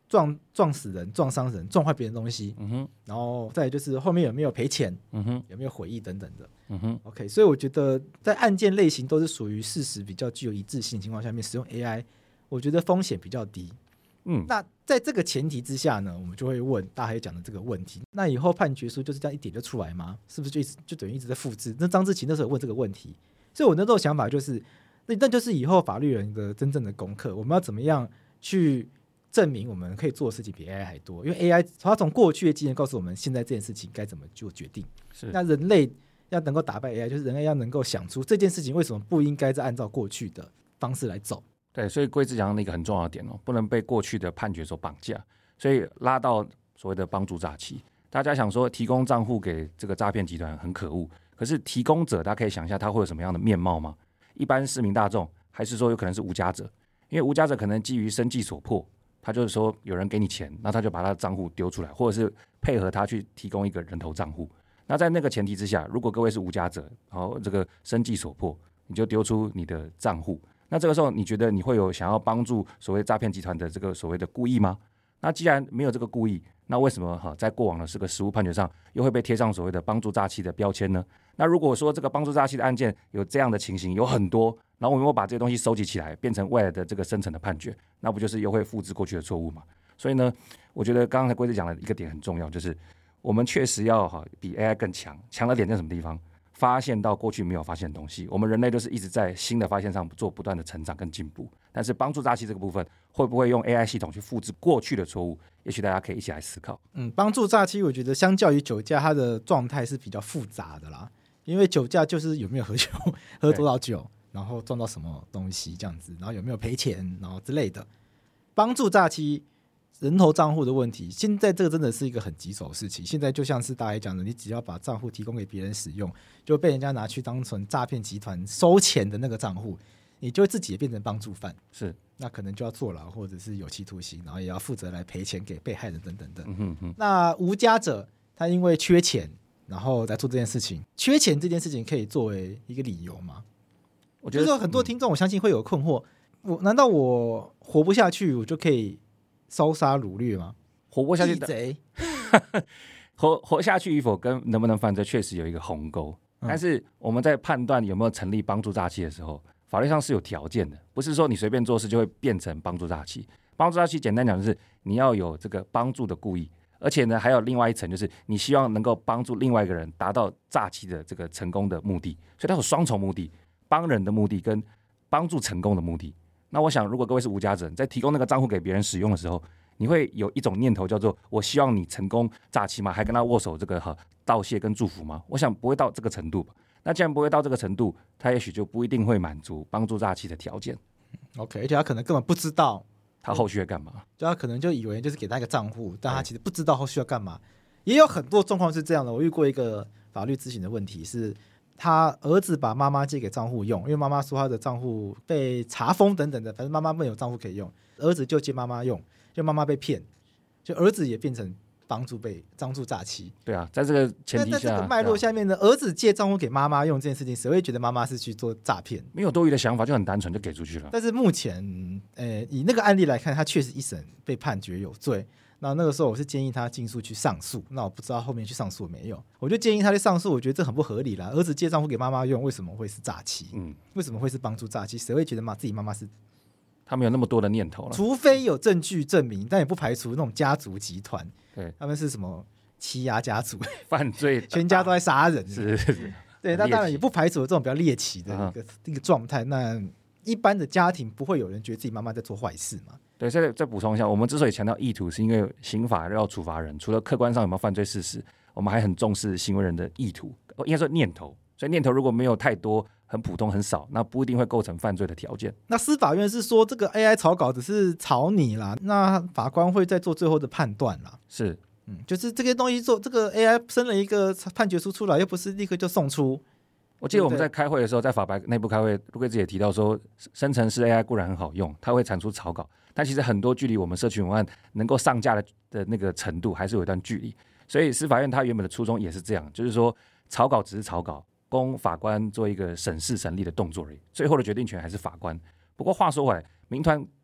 撞撞死人、撞伤人、撞坏别人东西， 嗯哼， 然后再来就是后面有没有赔钱， 嗯哼， 有没有悔意等等的。 嗯哼 OK， 所以我觉得在案件类型都是属于事实比较具有一致性的情况下面，使用 A I， 我觉得风险比较低。 嗯， 那在这个前提之下呢，我们就会问大黑讲的这个问题：那以后判决书就是这样一点就出来吗？是不是就一直就等于一直在复制？那张志勤那时候有问这个问题，所以我那时候想法就是，那那就是以后法律人的真正的功课，我们要怎么样去证明我们可以做的事情比 A I 还多？因为 A I 它从过去的经验告诉我们，现在这件事情该怎么做决定。 是那人类要能够打败 A I， 就是人类要能够想出这件事情为什么不应该再按照过去的方式来走。 对，所以贵志讲的一个很重要的点哦，不能被过去的判决所绑架，所以拉到所谓的帮助诈欺。大家想说提供账户给这个诈骗集团很可恶，可是提供者大家可以想一下他会有什么样的面貌吗？一般市民大众，还是说有可能是无家者？因为无家者可能基于生计所迫，他就是说有人给你钱，那他就把他的账户丢出来，或者是配合他去提供一个人头账户。那在那个前提之下，如果各位是无家者，然后这个生计所迫，你就丢出你的账户。那这个时候，你觉得你会有想要帮助所谓诈骗集团的这个所谓的故意吗？那既然没有这个故意，那为什么哈在过往的这个实务判决上又会被贴上所谓的帮助诈欺的标签呢？那如果说这个帮助诈欺的案件有这样的情形有很多，然后我们又把这些东西收集起来，变成未来的这个深层的判决，那不就是又会复制过去的错误吗？所以呢，我觉得刚才龟子讲的一个点很重要，就是我们确实要哈比 A I 更强，强的点在什么地方？发现到过去没有发现的东西，我们人类都是一直在新的发现上做不断的成长跟进步。但是帮助诈欺这个部分，会不会用 A I 系统去复制过去的错误？也许大家可以一起来思考。 嗯，帮助诈欺，我觉得相较于酒驾，它的状态是比较复杂的啦。因为酒驾就是有没有喝酒，喝多少酒，然后撞到什么东西这样子，然后有没有赔钱，然后之类的。帮助诈欺。人头账户的问题，现在这个真的是一个很棘手的事情。现在就像是大家讲的，你只要把账户提供给别人使用，就被人家拿去当成诈骗集团收钱的那个账户，你就自己也变成帮助犯， 是， 那可能就要坐牢或者是有期徒刑，然后也要负责来赔钱给被害人等等的。 嗯哼哼。 那无家者他因为缺钱，然后来做这件事情，缺钱这件事情可以作为一个理由吗？我觉得就是很多听众，我相信会有困惑：我难道我活不下去，我就可以烧杀掳掠吗？ 活不下去的贼活活下去与否跟能不能犯罪确实有一个鸿沟、嗯、但是我们在判断有没有成立帮助诈欺的时候，法律上是有条件的，不是说你随便做事就会变成帮助诈欺。帮助诈欺简单讲就是你要有这个帮助的故意，而且呢还有另外一层，就是你希望能够帮助另外一个人达到诈欺的这个成功的目的，所以它有双重目的，帮人的目的跟帮助成功的目的。那我想如果各位是无家者，在提供那个账户给别人使用的时候，你会有一种念头叫做我希望你成功诈欺吗？还跟他握手这个道谢跟祝福吗？我想不会到这个程度吧。那既然不会到这个程度，他也许就不一定会满足帮助诈欺的条件。 OK， 而且他可能根本不知道他后续会干嘛， 就他可能就以为就是给他一个账户，但他其实不知道后续要干嘛。也有很多状况是这样的，我遇过一个法律咨询的问题是，他儿子把妈妈借给账户用，因为妈妈说他的账户被查封等等的，反正妈妈没有账户可以用，儿子就借妈妈用，就妈妈被骗，就儿子也变成帮助被帮助诈欺。 对啊，在这个前提下， 在这个脉络下面呢，儿子借账户给妈妈用这件事情，谁会觉得妈妈是去做诈骗？ 没有多余的想法，就很单纯就给出去了。 但是目前，呃，以那个案例来看，他确实一审被判决有罪。那那个时候我是建议他尽速去上诉，那我不知道后面去上诉没有，我就建议他去上诉。我觉得这很不合理啦，儿子借账户给妈妈用，为什么会是诈欺？嗯，为什么会是帮助诈欺？谁会觉得妈自己妈妈是？ 他没有那么多的念头了， 除非有证据证明，但也不排除那种家族集团， 对， 他们是什么欺压家族、 犯罪， 全家都在杀人， 是是是， 对，那当然也不排除这种比较猎奇的一个、uh-huh. 一个状态。那一般的家庭不会有人觉得自己妈妈在做坏事嘛？ 对，再再补充一下，我们之所以强调意图，是因为刑法要处罚人，除了客观上有没有犯罪事实，我们还很重视行为人的意图，应该说念头。所以念头如果没有太多、很普通、很少，那不一定会构成犯罪的条件。 那司法院是说这个 A I 草稿只是草拟啦，那法官会再做最后的判断啦。 是， 嗯，就是这些东西做这个 A I 生了一个判决书出来，又不是立刻就送出。 我记得我们在开会的时候，在法白内部开会，陆贵志也提到说，生成式 A I 固然很好用，它会产出草稿，但其实很多距离我们社群文案能够上架 的, 的那个程度还是有一段距离。所以司法院它原本的初衷也是这样，就是说草稿只是草稿，供法官做一个审视审理的动作而已，最后的决定权还是法官。不过话说回来，民团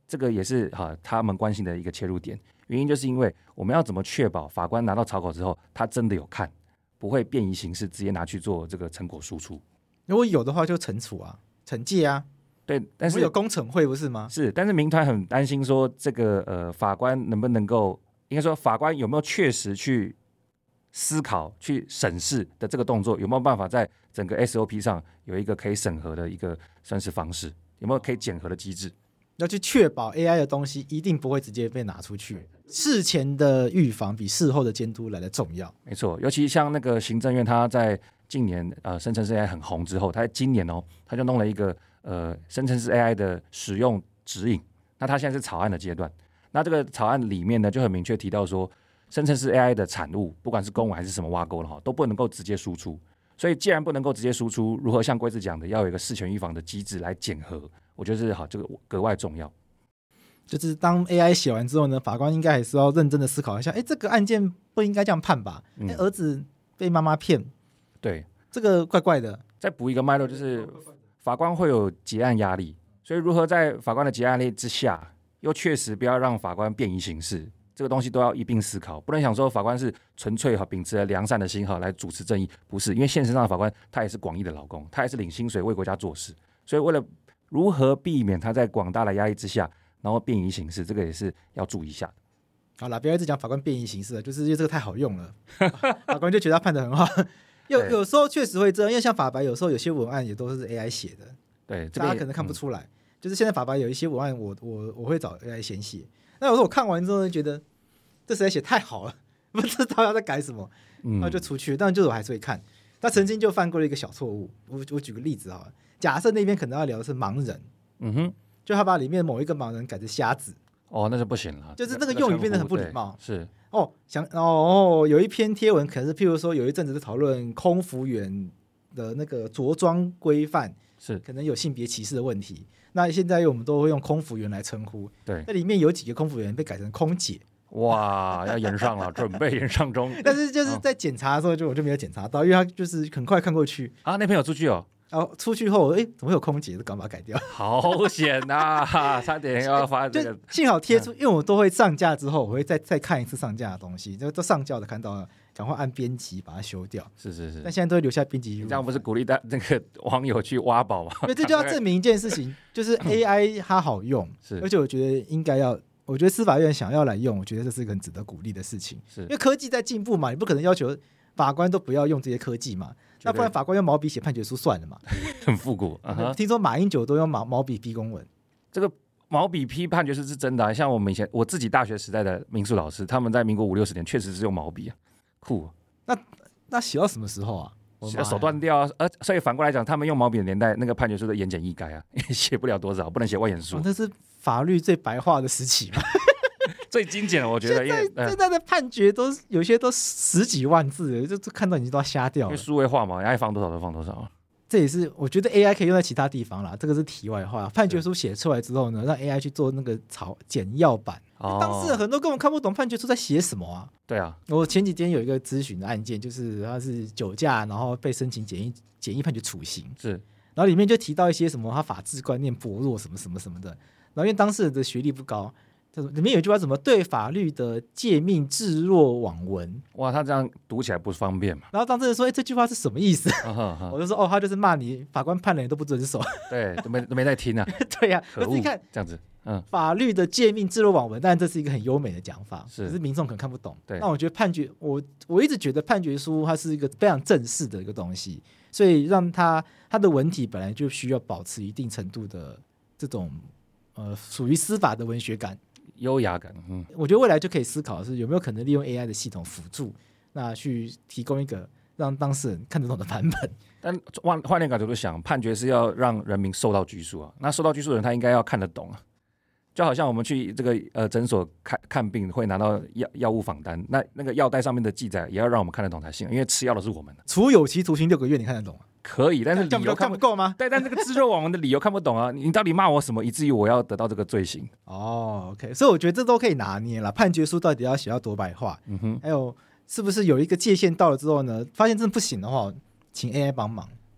这个也是哈、啊、他们关心的一个切入点。原因就是因为我们要怎么确保法官拿到草稿之后，他真的有看，不会便宜行事，直接拿去做这个成果输出。 如果有的话，就惩处啊，惩戒啊。 对，但是有工程会不是吗？ 是，但是民团很担心说，这个呃法官能不能够，应该说法官有没有确实去思考、去审视的这个动作，有没有办法在整个 S O P 上有一个可以审核的一个算是方式，有没有可以检核的机制？ 要去确保 A I 的东西一定不会直接被拿出去，事前的预防比事后的监督来的重要。 没错，尤其像那个行政院，他在近年呃生成式 A I 很红之后，他在今年哦，他就弄了一个呃生成式 A I 的使用指引。那他现在是草案的阶段，那这个草案里面呢就很明确提到说，生成式 A I 的产物，不管是公文还是什么挖沟的哈，都不能够直接输出。所以既然不能够直接输出，如何像龟子讲的，要有一个事前预防的机制来检核，我觉得是好，这个格外重要。 就是当 A I 写完之后呢，法官应该还是要认真的思考一下，哎，这个案件不应该这样判吧？嗯、儿子被妈妈骗， 对， 这个怪怪的。 再补一个脉络，就是法官会有结案压力，所以如何在法官的结案压力之下，又确实不要让法官便宜行事。这个东西都要一并思考，不能想说法官是纯粹秉持了良善的心来主持正义，不是，因为现实上的法官他也是广义的劳工，他也是领薪水为国家做事，所以为了如何避免他在广大的压力之下，然后便宜行事，这个也是要注意一下。 好啦，不要一直讲法官便宜行事了，就是因为这个太好用了，法官就觉得他判得很好。有有时候确实会这样，因为像法白有时候有些文案也都是 A I 写的， 对， 大家可能看不出来。嗯、就是现在法白有一些文案我，我我我会找 A I 先写，那有时候我看完之后觉得。这实在写太好了，不知道要在改什么，然后就出去。但就是我还是会看。他曾经就犯过了一个小错误，我我举个例子好了，假设那边可能要聊的是盲人，嗯哼，就他把里面某一个盲人改成瞎子， 哦，那就不行了， 就是那个用语变得很不礼貌。 是哦，想哦，有一篇贴文可能是譬如说有一阵子在讨论空服员的那个着装规范， 是可能有性别歧视的问题。那现在我们都会用空服员来称呼， 对， 那里面有几个空服员被改成空姐。 哇，要延上了，准备延上中。 但是就是在检查的时候就，就我就没有检查到，因为他就是很快看过去啊。那篇有出去哦， 然后出去后，哎，怎么会有空姐？就赶快把它改掉。 好险啊！差点要发这个。 幸好贴出，因为我都会上架之后，我会再再看一次上架的东西，就都上架的看到了，赶快按编辑把它修掉。 是是是。 但现在都会留下编辑。 这样不是鼓励大那个网友去挖宝吗？ 因为这就要证明一件事情，就是 A I 它好用， 是， 而且我觉得应该要。我觉得司法院想要来用，我觉得这是一个很值得鼓励的事情。 是， 因为科技在进步嘛，你不可能要求法官都不要用这些科技嘛，那不然法官用毛笔写判决书算了嘛。 很复古。Uh-huh. 听说马英九都用毛毛笔批公文， 这个毛笔批判决书是真的、啊。像我们以前我自己大学时代的民诉老师，他们在民国五六十年确实是用毛笔啊，酷、啊。 那那写到什么时候啊？ 手断掉啊！呃，所以反过来讲，他们用毛笔的年代，那个判决书的言简意赅啊，写不了多少，不能写外言书。 哦、那是法律最白话的时期嘛。 最精简了，我觉得。 现在、呃、现在的判决都有些都十几万字，就看到你都要瞎掉了。 因为数位化嘛，爱放多少就放多少。 这也是我觉得 A I 可以用在其他地方啦，这个是题外话。判决书写出来之后呢，让 A I 去做那个草简要版，哦、当事人很多根本看不懂判决书在写什么啊。 对啊， 我前几天有一个咨询的案件，就是他是酒驾，然后被申请简易简易判决处刑， 是， 然后里面就提到一些什么他法治观念薄弱什么什么什么的，然后因为当事人的学历不高。里面有一句话，什么对法律的诫命置若罔闻。 哇，他这样读起来不方便嘛。 然后当事人说：“哎、欸，这句话是什么意思？” 啊哈哈我就说：“哦，他就是骂你，法官判了你都不遵守。” 对，都没都没在听啊。 对呀、啊， 可恶， 你看这样子，嗯， 法律的诫命置若罔闻，但这是一个很优美的讲法， 是， 可是民众可能看不懂。 对， 那我觉得判决，我我一直觉得判决书它是一个非常正式的一个东西，所以让它它的文体本来就需要保持一定程度的这种呃属于司法的文学感。 优雅感，嗯， 我觉得未来就可以思考的是有没有可能利用 A I 的系统辅助，那去提供一个让当事人看得懂的版本。 但换换点角度想，判决是要让人民受到拘束啊，那受到拘束的人他应该要看得懂啊。就好像我们去这个呃诊所看看病会拿到药药物访单，那那个药袋上面的记载也要让我们看得懂才行，因为吃药的是我们的。 处有期徒刑六个月，你看得懂吗？ 可以，但是理由看不够吗？ 对，但这个置若罔闻的理由看不懂啊！你到底骂我什么，以至于我要得到这个罪行？ 哦 ，OK， 所以我觉得这都可以拿捏了。判决书到底要写到多白话？嗯哼，还有是不是有一个界限到了之后呢，发现真的不行的话，请 A I 帮忙。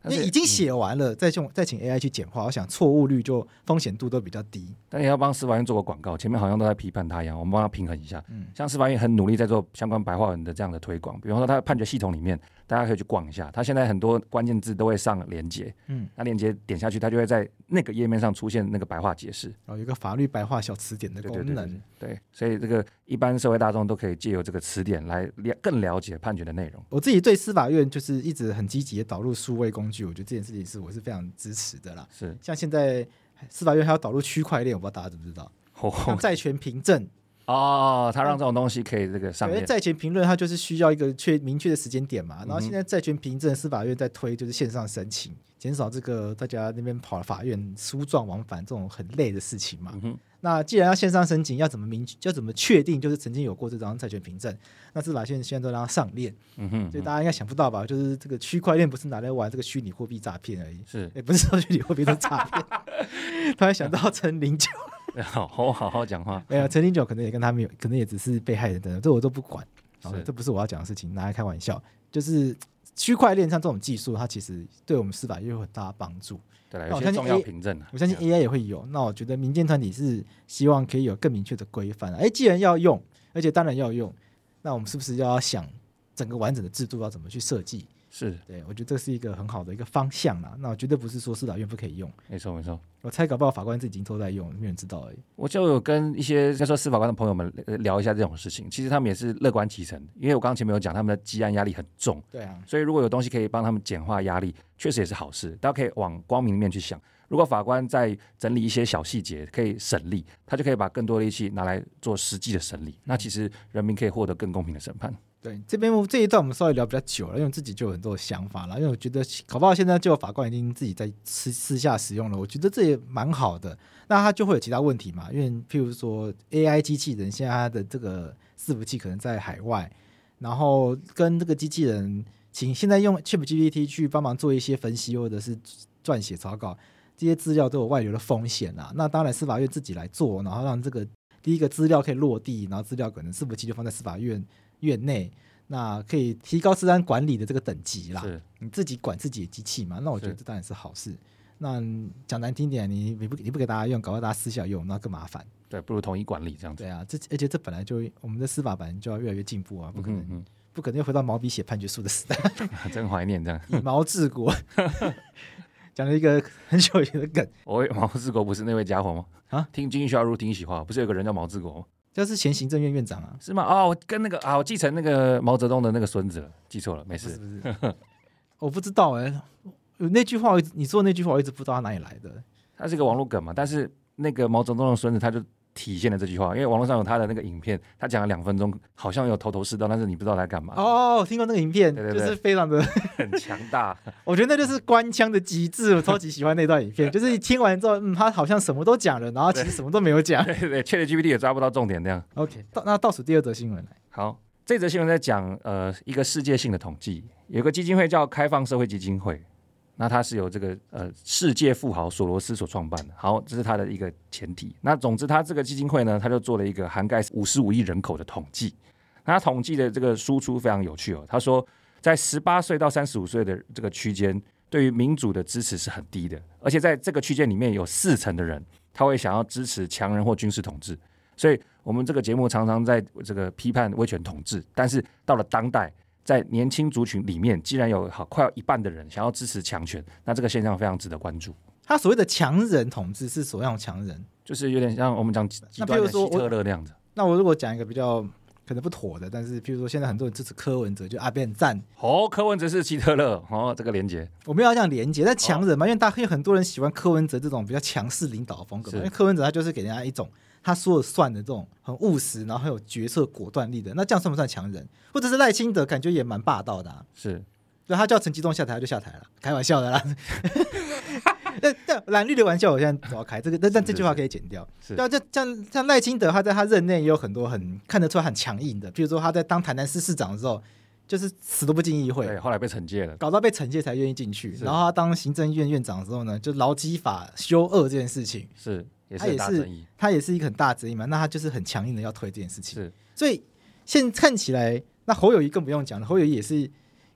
因为已经写完了，再用再请 A I 去简化，我想错误率就风险度都比较低。 但也要帮司法院做个广告，前面好像都在批判他一样，我们帮他平衡一下。嗯，像司法院很努力在做相关白话文的这样的推广，比方说他的判决系统里面，大家可以去逛一下，他现在很多关键字都会上连结，嗯，那连结点下去，它就会在那个页面上出现那个白话解释， 哦，有一个法律白话小词典的功能。对, 对, 对, 对, 对，所以这个一般社会大众都可以借由这个词典来更了解判决的内容。 我自己对司法院就是一直很积极的导入数位工具，我觉得这件事情是我是非常支持的啦。 是， 像现在司法院还要导入区块链，我不知道大家知不知道？哦、像债权凭证哦，他让这种东西可以这个上面。 债权评论它就是需要一个确明确的时间点嘛，然后现在债权凭证司法院在推就是线上申请，减少这个大家那边跑法院诉状往返这种很累的事情嘛。嗯、那既然要线上申请，要怎么明要怎么确定就是曾经有过这张债权凭证？那司法院现在都让它上链，嗯哼，所以大家应该想不到吧？就是这个区块链不是拿来玩这个虚拟货币诈骗而已， 是也不是说虚拟货币的诈骗。突然想到陈零九。 好好好好讲话， 没有陈零九可能也跟他们有，可能也只是被害人的，这我都不管，这不是我要讲的事情，拿来开玩笑。就是区块链像这种技术，它其实对我们司法也有很大的帮助。 对啦，有些重要凭证、啊、 我相信 A I 也会有。那我觉得民间团体是希望可以有更明确的规范。哎，既然要用，而且当然要用，那我们是不是要想整个完整的制度要怎么去设计？ 是， 对，我觉得这是一个很好的一个方向啦。那我绝对不是说司法院不可以用， 没错没错。 我猜搞不好法官自己都在用，没人知道而已。 我就有跟一些在说司法官的朋友们聊一下这种事情，其实他们也是乐观其成，因为我刚刚前面有讲他们的积案压力很重， 对啊， 所以如果有东西可以帮他们简化压力，确实也是好事。大家可以往光明面去想，如果法官在整理一些小细节可以省力，他就可以把更多的力气拿来做实际的审理，那其实人民可以获得更公平的审判。 对，这边这一段我们稍微聊比较久了，因为自己就有很多的想法了。因为我觉得搞不好现在就有法官已经自己在私私下使用了，我觉得这也蛮好的。那他就会有其他问题嘛？因为譬如说 A I 机器人现在它的这个伺服器可能在海外，然后跟这个机器人请现在用 ChatGPT 去帮忙做一些分析或者是撰写草稿，这些资料都有外流的风险啊。那当然司法院自己来做，然后让这个第一个资料可以落地，然后资料可能伺服器就放在司法院院内，那可以提高治安管理的这个等级啦。你自己管自己的机器嘛，那我觉得这当然是好事。那讲难听点，你你不你不给大家用，搞到大家私下用，那更麻烦。 对，不如统一管理这样子。 对啊，这而且这本来就我们的司法本来就要越来越进步啊，不可能、嗯嗯、不可能又回到毛笔写判决书的时代。 真怀念这样。 以毛治国，讲了一个很久以前的梗。 我毛治国不是那位家伙吗？啊，听金小如听喜话，不是有个人叫毛治国吗？ 就是前行政院院长啊， 是吗？哦，我跟那个啊，我继承那个毛泽东的那个孙子了，记错了，没事。 不是不是我不知道哎、欸，那句话你说的那句话我一直不知道他哪里来的。 他是一个网络梗嘛，但是那个毛泽东的孙子他就体现了这句话，因为网络上有他的那个影片，他讲了两分钟，好像有头头是道，但是你不知道他在干嘛。 哦，我听过那个影片，对对对，就是非常的很强大。 我觉得那就是官腔的极致，我超级喜欢那段影片。就是听完之后，嗯，他好像什么都讲了，然后其实什么都没有讲。 对对对 ，ChatGPT 也抓不到重点，这样。 OK， 那倒数第二则新闻来。 好，这则新闻在讲呃一个世界性的统计，有一个基金会叫开放社会基金会。那它是由这个呃世界富豪索罗斯所创办的，好，这是它的一个前提。那总之，它这个基金会呢，它就做了一个涵盖五十五亿人口的统计。那它统计的这个输出非常有趣哦。他说，在十八岁到三十五岁的这个区间，对于民主的支持是很低的，而且在这个区间里面有四成的人，他会想要支持强人或军事统治。所以，我们这个节目常常在这个批判威权统治，但是到了当代，在年轻族群里面，既然有好快要一半的人想要支持强权，那这个现象非常值得关注。 他所谓的强人统治是什么样的强人？ 就是有点像我们讲极端的希特勒那样子。 那我如果讲一个比较可能不妥的，但是譬如说现在很多人支持柯文哲，就阿扁赞哦，柯文哲是希特勒哦，这个连结我没有要这样连结，但强人嘛，哦、因为大家有很多人喜欢柯文哲这种比较强势领导的风格嘛，因为柯文哲他就是给人家一种他说了算的这种很务实，然后很有决策果断力的，那这样算不算强人？或者是赖清德感觉也蛮霸道的、啊， 是， 对，他叫陈吉仲下台他就下台了，开玩笑的啦。但但蓝绿的玩笑我现在都要开，这个但但这句话可以剪掉。是，对，像像赖清德他在他任内也有很多很看得出来很强硬的，譬如说他在当台南市市长的时候，就是死都不进议会， 对，后来被惩戒了， 搞到被惩戒才愿意进去。然后他当行政院院长的时候呢，就劳基法修二这件事情， 是。也是很大争议， 他也是一个很大争议嘛，那他就是很强硬的要推这件事情。是，所以现在看起来，那侯友宜更不用讲了，侯友宜也是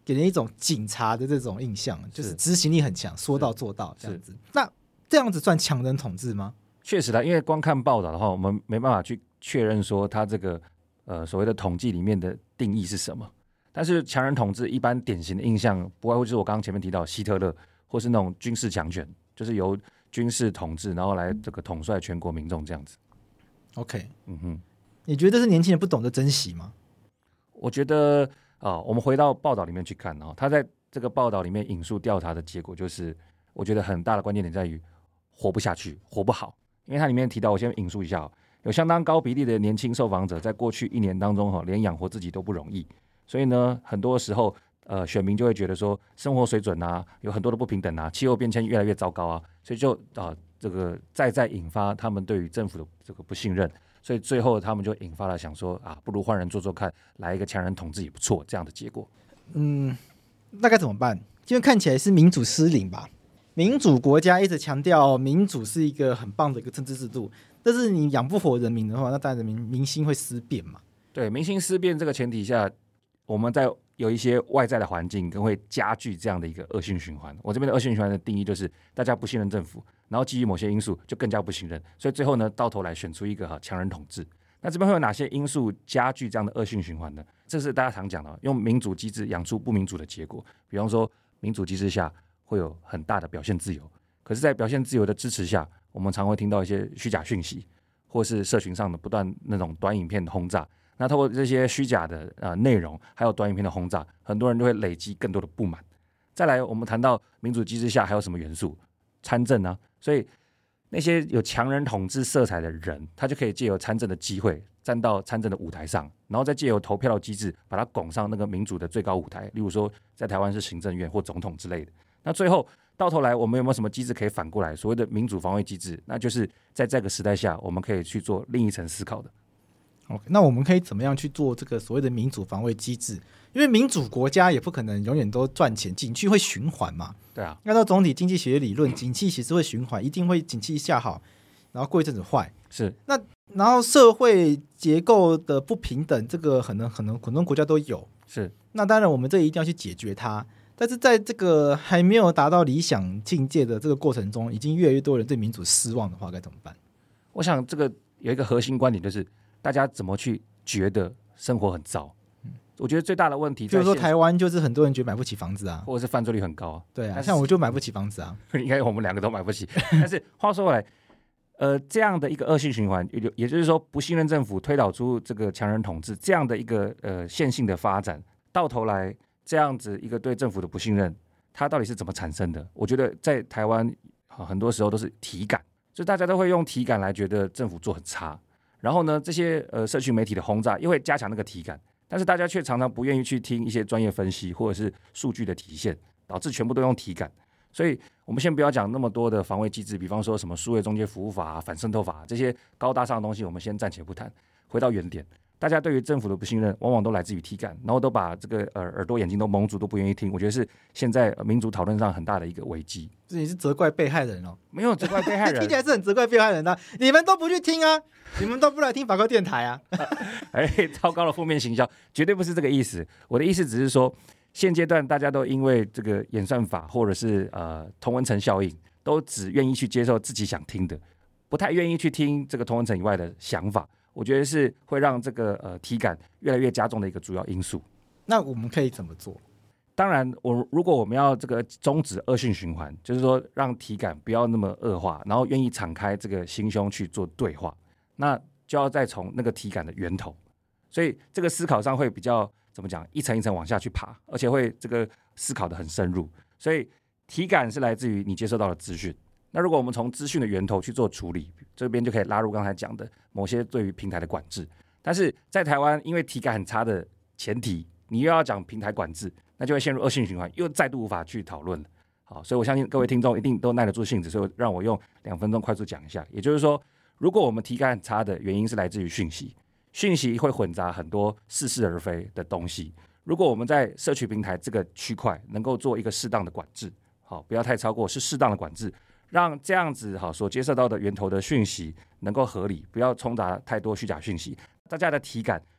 给人一种警察的这种印象，就是执行力很强，说到做到这样子。那这样子算强人统治吗？ 确实啦，因为光看报道的话，我们没办法去确认说他这个呃所谓的统计里面的定义是什么。但是强人统治一般典型的印象，不外乎就是我刚刚前面提到希特勒，或是那种军事强权，就是由军事统治，然后来这个统帅全国民众这样子。 OK， 嗯哼， 你觉得这是年轻人不懂得珍惜吗？ 我觉得啊、呃，我们回到报道里面去看哦，他在这个报道里面引述调查的结果，就是我觉得很大的关键点在于活不下去，活不好。因为它里面提到，我先引述一下、哦，有相当高比例的年轻受访者在过去一年当中哈、哦，连养活自己都不容易，所以呢，很多时候呃，选民就会觉得说生活水准啊，有很多的不平等啊，气候变迁越来越糟糕啊，所以就啊、呃，这个再再引发他们对于政府的这个不信任，所以最后他们就引发了想说啊，不如换人做做看，来一个强人统治也不错这样的结果。 嗯，那该怎么办？因为看起来是民主失灵吧。民主国家一直强调民主是一个很棒的一个政治制度，但是你养不活人民的话，那当然人民民心会思变嘛。 对，民心思变这个前提下，我们在有一些外在的环境更会加剧这样的一个恶性循环。我这边的恶性循环的定义就是大家不信任政府，然后基于某些因素就更加不信任，所以最后呢，到头来选出一个强人统治。那这边会有哪些因素加剧这样的恶性循环呢？这是大家常讲的，用民主机制养出不民主的结果。比方说，民主机制下会有很大的表现自由，可是在表现自由的支持下，我们常会听到一些虚假讯息，或是社群上的不断那种短影片的轰炸。那透过这些虚假的呃内容，还有短影片的轰炸，很多人就会累积更多的不满。再来，我们谈到民主机制下还有什么元素？参政啊，所以那些有强人统治色彩的人，他就可以借由参政的机会，站到参政的舞台上，然后再借由投票的机制，把它拱上那个民主的最高舞台。例如说，在台湾是行政院或总统之类的。那最后到头来，我们有没有什么机制可以反过来？所谓的民主防卫机制，那就是在这个时代下，我们可以去做另一层思考的。 Okay, 那我们可以怎么样去做这个所谓的民主防卫机制？因为民主国家也不可能永远都赚钱，景气会循环嘛。 对啊， 按照总体经济学理论，景气其实会循环，一定会景气下好，然后过一阵子坏。 是。 那然后社会结构的不平等，这个可能可能很多国家都有。 是。 那当然，我们这一定要去解决它。但是在这个还没有达到理想境界的这个过程中，已经越来越多人对民主失望的话，该怎么办？ 我想这个有一个核心观点，就是大家怎么去觉得生活很糟。嗯、我觉得最大的问题， 比如说台湾就是很多人觉得买不起房子啊， 或者是犯罪率很高、啊。 对啊，像我就买不起房子啊。 应该我们两个都买不起。但是话说回来，呃，这样的一个恶性循环，也就是说不信任政府，推导出这个强人统治这样的一个呃线性的发展，到头来。这样子一个对政府的不信任，它到底是怎么产生的？我觉得在台湾很多时候都是体感，就大家都会用体感来觉得政府做很差。然后呢，这些呃社群媒体的轰炸又会加强那个体感，但是大家却常常不愿意去听一些专业分析或者是数据的体现，导致全部都用体感。所以我们先不要讲那么多的防卫机制，比方说什么数位中介服务法、啊、反渗透法、啊、这些高大上的东西，我们先暂且不谈，回到原点。大家对于政府的不信任，往往都来自于体感，然后都把这个耳耳朵、眼睛都蒙住，都不愿意听。我觉得是现在民主讨论上很大的一个危机。 这也是责怪被害人哦， 没有责怪被害人， 听起来是很责怪被害人的、啊。你们都不去听啊，你们都不来听法科电台啊。 哎，糟糕的负面行销，绝对不是这个意思。我的意思只是说，现阶段大家都因为这个演算法或者是呃同温层效应，都只愿意去接受自己想听的，不太愿意去听这个同温层以外的想法。我觉得是会让这个呃体感越来越加重的一个主要因素。 那我们可以怎么做？ 当然，我如果我们要这个终止恶性循环，就是说让体感不要那么恶化，然后愿意敞开这个心胸去做对话，那就要再从那个体感的源头。所以这个思考上会比较怎么讲，一层一层往下去爬，而且会这个思考的很深入。所以体感是来自于你接受到的资讯。那如果我们从资讯的源头去做处理，这边就可以拉入刚才讲的某些对于平台的管制。但是在台湾，因为体感很差的前提，你又要讲平台管制，那就会陷入恶性循环，又再度无法去讨论了。好，所以我相信各位听众一定都耐得住性子，所以让我用两分钟快速讲一下。也就是说，如果我们体感很差的原因是来自于讯息，讯息会混杂很多似是而非的东西。如果我们在社区平台这个区块能够做一个适当的管制，好，不要太超过，是适当的管制。让这样子好所接受到的源头的讯息能够合理，不要冲达太多虚假讯息，大家的体感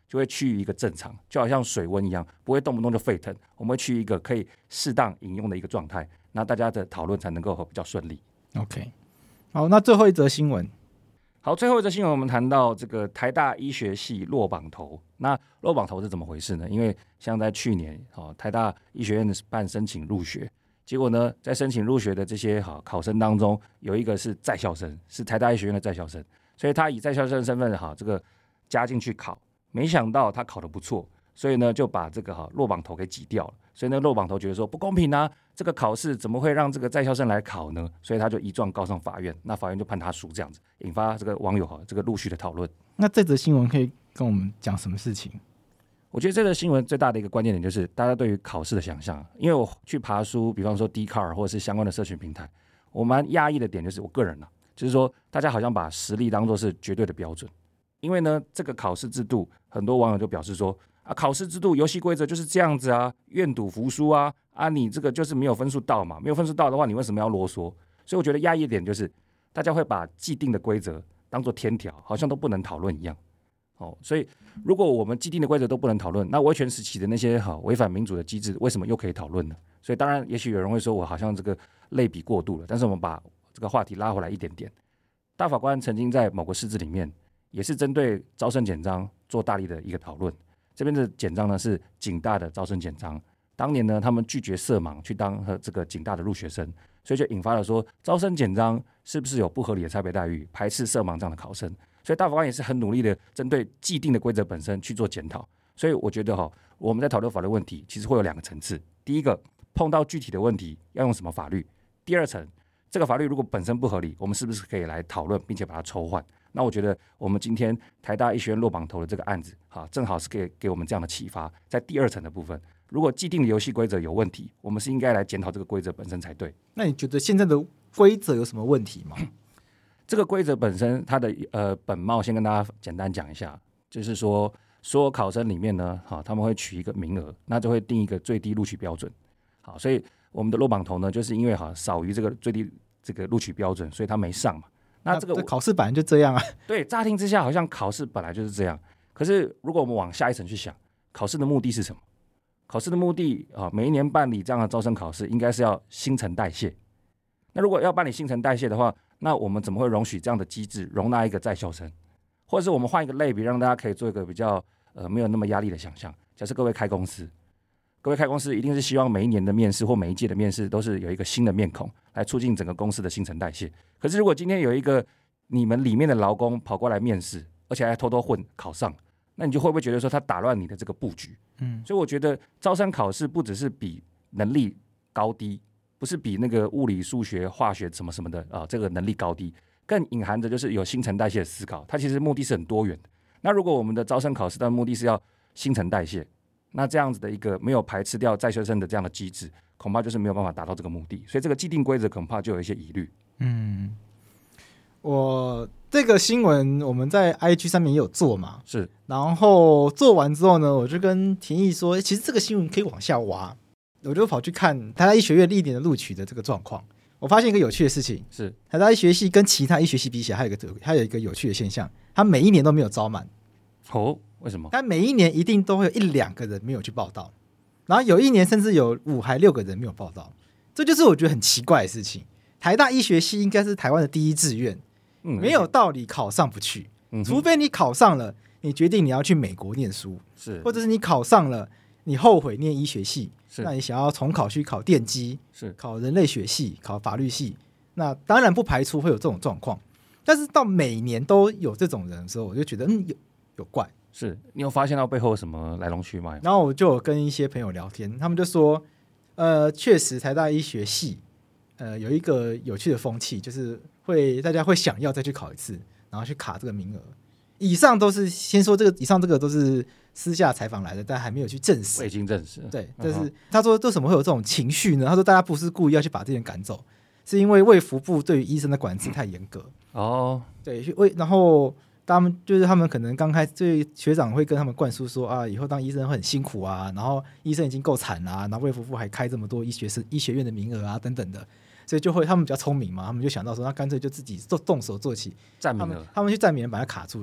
就会趋于一个正常，就好像水温一样，不会动不动就沸腾，我们会趋于一个可以适当饮用的一个状态，那大家的讨论才能够比较顺利。 OK， 好，那最后一则新闻。 好，最后一则新闻，我们谈到这个台大医学系落榜头。那落榜头是怎么回事呢？因为像在去年，哦，台大医学院办申请入学，结果呢，在申请入学的这些好考生当中，有一个是在校生，是台大医学院的在校生，所以他以在校生的身份，好，这个加进去考，没想到他考得不错，所以呢就把这个哈落榜头给挤掉了。所以呢落榜头觉得说不公平啊，这个考试怎么会让这个在校生来考呢？所以他就一状告上法院，那法院就判他输，这样子引发这个网友哈这个陆续的讨论。 那这则新闻可以跟我们讲什么事情？ 我觉得这个新闻最大的一个关键点就是大家对于考试的想象，因为我去爬书，比方说 Dcard 或者是相关的社群平台，我蛮讶异的点就是我个人啊，就是说大家好像把实力当作是绝对的标准，因为呢这个考试制度，很多网友就表示说啊，考试制度游戏规则就是这样子啊，愿赌服输啊，啊你这个就是没有分数到嘛，没有分数到的话，你为什么要啰嗦？所以我觉得讶异的点就是大家会把既定的规则当作天条，好像都不能讨论一样。哦，所以如果我们既定的规则都不能讨论，那威权时期的那些好违反民主的机制，为什么又可以讨论呢？所以当然，也许有人会说我好像这个类比过度了，但是我们把这个话题拉回来一点点。大法官曾经在某个释字里面，也是针对招生简章做大力的一个讨论。这边的简章呢是警大的招生简章，当年呢他们拒绝色盲去当和这个警大的入学生，所以就引发了说招生简章是不是有不合理的差别待遇，排斥色盲这样的考生。所以大法官也是很努力的针对既定的规则本身去做检讨。所以我觉得哈，我们在讨论法律问题，其实会有两个层次。第一个，碰到具体的问题要用什么法律；第二层，这个法律如果本身不合理，我们是不是可以来讨论，并且把它抽换？那我觉得我们今天台大医学院落榜头的这个案子，哈，正好是给给我们这样的启发。在第二层的部分，如果既定的游戏规则有问题，我们是应该来检讨这个规则本身才对。 那你觉得现在的规则有什么问题吗？ 这个规则本身它的呃本貌先跟大家简单讲一下，就是说所有考生里面呢，好，他们会取一个名额，那就会定一个最低录取标准。好，所以我们的落榜头呢，就是因为哈少于这个最低这个录取标准，所以他没上嘛。那这个这考试本来就这样啊。 对，乍听之下好像考试本来就是这样，可是如果我们往下一层去想，考试的目的是什么？考试的目的啊，每一年办理这样的招生考试，应该是要新陈代谢。那如果要办理新陈代谢的话，那我们怎么会容许这样的机制容纳一个在校生？或者是我们换一个类比，让大家可以做一个比较呃没有那么压力的想象。假设各位开公司，各位开公司一定是希望每一年的面试或每一届的面试都是有一个新的面孔，来促进整个公司的新陈代谢。可是如果今天有一个你们里面的劳工跑过来面试，而且还偷偷混考上，那你就会不会觉得说他打乱你的这个布局？嗯，所以我觉得招生考试不只是比能力高低，不是比那个物理、数学、化学什么什么的啊、呃，这个能力高低，更隐含着就是有新陈代谢的思考。它其实目的是很多元的。那如果我们的招生考试的目的是要新陈代谢，那这样子的一个没有排斥掉在学生的这样的机制，恐怕就是没有办法达到这个目的。所以这个既定规则恐怕就有一些疑虑。 嗯，我这个新闻我们在 I G 上面也有做嘛， 是。 然后做完之后呢，我就跟田毅说，其实这个新闻可以往下挖。我就跑去看台大医学院历年的录取的这个状况，我发现一个有趣的事情， 是台大医学系跟其他医学系比起来，还有一个还有一个有趣的现象，它每一年都没有招满。 哦，为什么？ 但每一年一定都会有一两个人没有去报到，然后有一年甚至有五还六个人没有报到，这就是我觉得很奇怪的事情。台大医学系应该是台湾的第一志愿，嗯、没有道理考上不去、嗯，除非你考上了，你决定你要去美国念书，是，或者是你考上了，你后悔念医学系，那你想要重考去考电机，是考人类学系，考法律系，那当然不排除会有这种状况。但是到每年都有这种人的时候，我就觉得嗯有有怪。 是你有发现到背后有什么来龙去脉？ 然后我就有跟一些朋友聊天，他们就说，呃，确实台大医学系，呃，有一个有趣的风气，就是会大家会想要再去考一次，然后去卡这个名额。以上都是先说这个，以上这个都是私下采访来的，但还没有去证实。 未经证实。 对，但是他说为什么会有这种情绪呢？他说大家不是故意要去把这些人赶走，是因为卫福部对于医生的管制太严格。哦，对，然后他们就是他们可能刚开始，对学长会跟他们灌输说啊，以后当医生会很辛苦啊，然后医生已经够惨啦、啊，然后卫福部还开这么多医学生医学院的名额啊等等的。所以就会他们比较聪明嘛，他们就想到说，那干脆就自己做动手做起， 占名额， 他们他们去占名额把它卡住。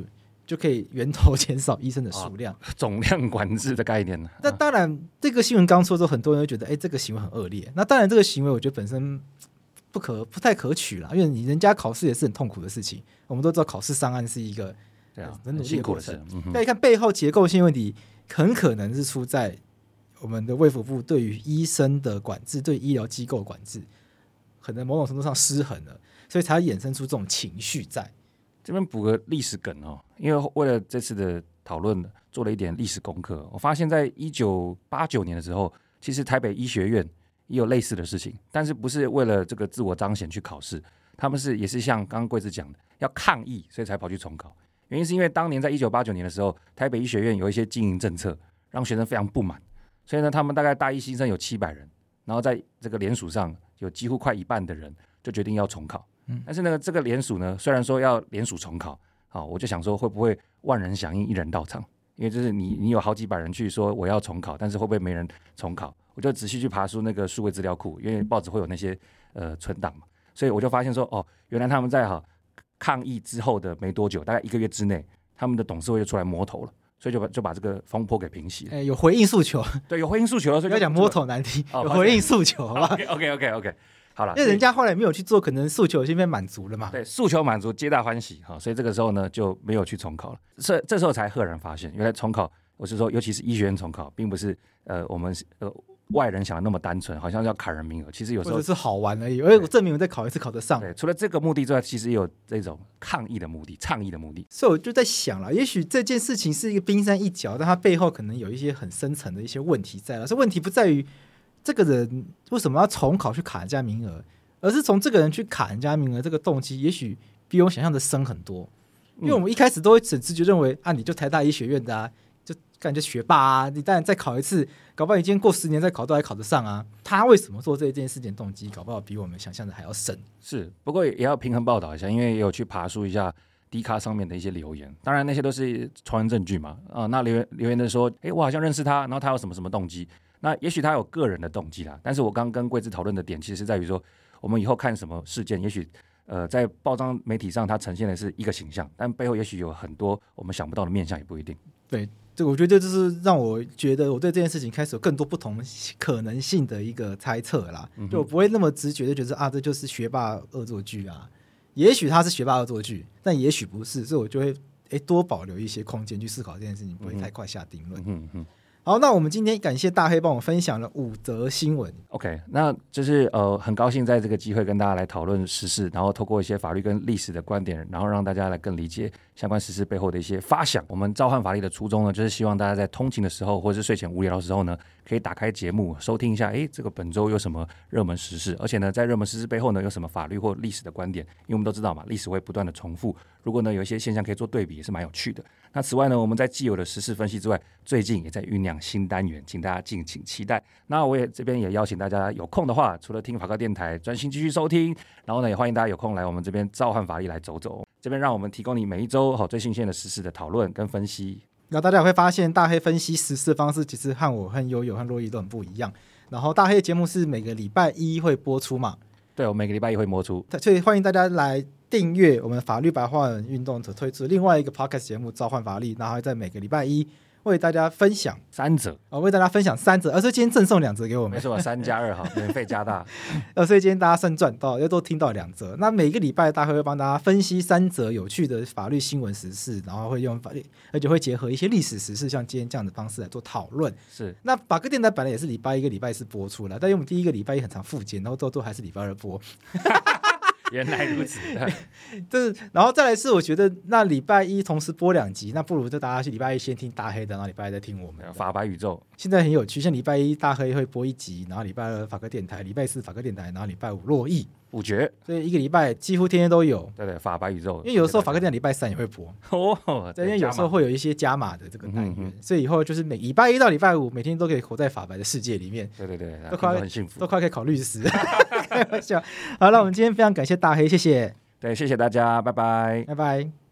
就可以源头减少医生的数量， 哦、总量管制的概念呢？ 那当然，这个新闻刚出之后，很多人会觉得，哎，这个行为很恶劣。那当然，这个行为我觉得本身不可不太可取啦，因为你人家考试也是很痛苦的事情。我们都知道考试上岸是一个很努力的过程。再、嗯、看背后结构性问题，很可能是出在我们的卫福部对于医生的管制、对医疗机构的管制，可能某种程度上失衡了，所以才衍生出这种情绪在。 这边补个历史梗哦，因为为了这次的讨论做了一点历史功课，我发现在一九八九年的时候，其实台北医学院也有类似的事情，但是不是为了这个自我彰显去考试，他们是也是像刚刚贵子讲的要抗议，所以才跑去重考。原因是因为当年在一九八九年的时候，台北医学院有一些经营政策让学生非常不满，所以呢他们大概大一新生有七百人，然后在这个联署上有几乎快一半的人就决定要重考。但是呢，这个联署呢，虽然说要联署重考，好，我就想说会不会万人响应，一人到场？因为就是你，你有好几百人去说我要重考，但是会不会没人重考？我就仔细去爬出那个数位资料库，因为报纸会有那些呃存档嘛，所以我就发现说，哦，原来他们在哈抗议之后的没多久，大概一个月之内，他们的董事会就出来摸头了，所以就把就把这个风波给平息了。 欸、有回应诉求， 对，有回应诉求了，所以不要讲摸头难听，哦、有回应诉求，好吧 ？OK OK OK OK。好了， 因为人家后来没有去做，可能诉求已经被满足了嘛。 对，诉求满足，皆大欢喜，好，所以这个时候呢就没有去重考了。这这时候才赫然发现，原来重考，我是说，尤其是医学院重考，并不是呃我们呃外人想的那么单纯，好像要砍人名额。其实有时候或者是好玩而已，而且证明我再考一次考得上。 对，除了这个目的之外，其实也有这种抗议的目的、倡议的目的。 所以我就在想了，也许这件事情是一个冰山一角，但它背后可能有一些很深层的一些问题在了。所以问题不在于这个人为什么要重考去卡人家名额。而是从这个人去卡人家名额这个动机，也许比我想象的深很多。因为我们一开始都会很直觉认为，啊，你就台大医学院的啊，就感觉学霸啊，你当然再考一次，搞不好你今天过十年再考都还考得上啊。他为什么做这件事情动机，搞不好比我们想象的还要深。 是，不过也要平衡报道一下，因为也有去爬梳一下D卡上面的一些留言，当然那些都是传闻证据嘛。啊，那留言留言的说，哎，我好像认识他，然后他有什么什么动机？那也许他有个人的动机啦，但是我刚跟贵子讨论的点，其实是在于说。我们以后看什么事件，也许呃在报章媒体上它呈现的是一个形象，但背后也许有很多我们想不到的面向，也不一定。 对，这我觉得这就是让我觉得我对这件事情开始有更多不同可能性的一个猜测啦。嗯、就我不会那么直觉的觉得啊，这就是学霸恶作剧啊。也许他是学霸恶作剧，但也许不是，所以我就会诶多保留一些空间去思考这件事情，不会太快下定论。嗯嗯。好，那我们今天感谢大黑帮我分享了五则新闻。 OK， 那就是呃很高兴在这个机会跟大家来讨论时事，然后透过一些法律跟历史的观点，然后让大家来更理解相关时事背后的一些发想。我们召唤法律的初衷呢，就是希望大家在通勤的时候或者是睡前无聊的时候呢，可以打开节目收听一下，哎，这个本周有什么热门时事，而且呢，在热门时事背后呢，有什么法律或历史的观点？因为我们都知道嘛，历史会不断的重复，如果呢有一些现象可以做对比，也是蛮有趣的。那此外呢，我们在既有的时事分析之外，最近也在酝酿新单元，请大家敬请期待。那我也这边也邀请大家有空的话，除了听法科电台，专心继续收听，然后呢，也欢迎大家有空来我们这边召唤法律来走走。这边让我们提供你每一周好最新鲜的时事的讨论跟分析。 然后大家也会发现，大黑分析时事的方式其实和我、和悠悠、和洛伊都很不一样。然后大黑的节目是每个礼拜一会播出嘛？ 对，我每个礼拜一会播出， 所以欢迎大家来订阅我们法律白话文运动所推出另外一个 podcast 节目《召唤法律》，然后在每个礼拜一为大家分享三则、 哦、为大家分享三则，而且今天赠送两则给我们， 没错，三加二哈，免费加大。 呃，所以今天大家胜赚到，又都听到两则。那每个礼拜大会会帮大家分析三则有趣的法律新闻时事，然后会用法律，而且会结合一些历史时事，像今天这样的方式来做讨论。 是。那法科电台本来也是礼拜一个礼拜四播出了，但因为我们第一个礼拜一很常复健，然后都都还是礼拜二播。 原来如此， 就是，然后再来是，我觉得那礼拜一同时播两集，那不如就大家去礼拜一先听大黑的，然后礼拜二再听我们法白宇宙。 现在很有趣，像礼拜一大黑会播一集，然后礼拜二法科电台，礼拜四法科电台，然后礼拜五洛毅五绝， 所以一个礼拜几乎天天都有。 对对，法白宇宙， 因为有的时候法科电台礼拜三也会播哦，因为有时候会有一些加码的这个单元，嗯、所以以后就是每礼拜一到礼拜五每天都可以活在法白的世界里面。 对对对， 都快很幸福， 都快可以考律师。开玩笑。好了，我们今天非常感谢大黑，谢谢。 对，谢谢大家，拜拜， 拜拜。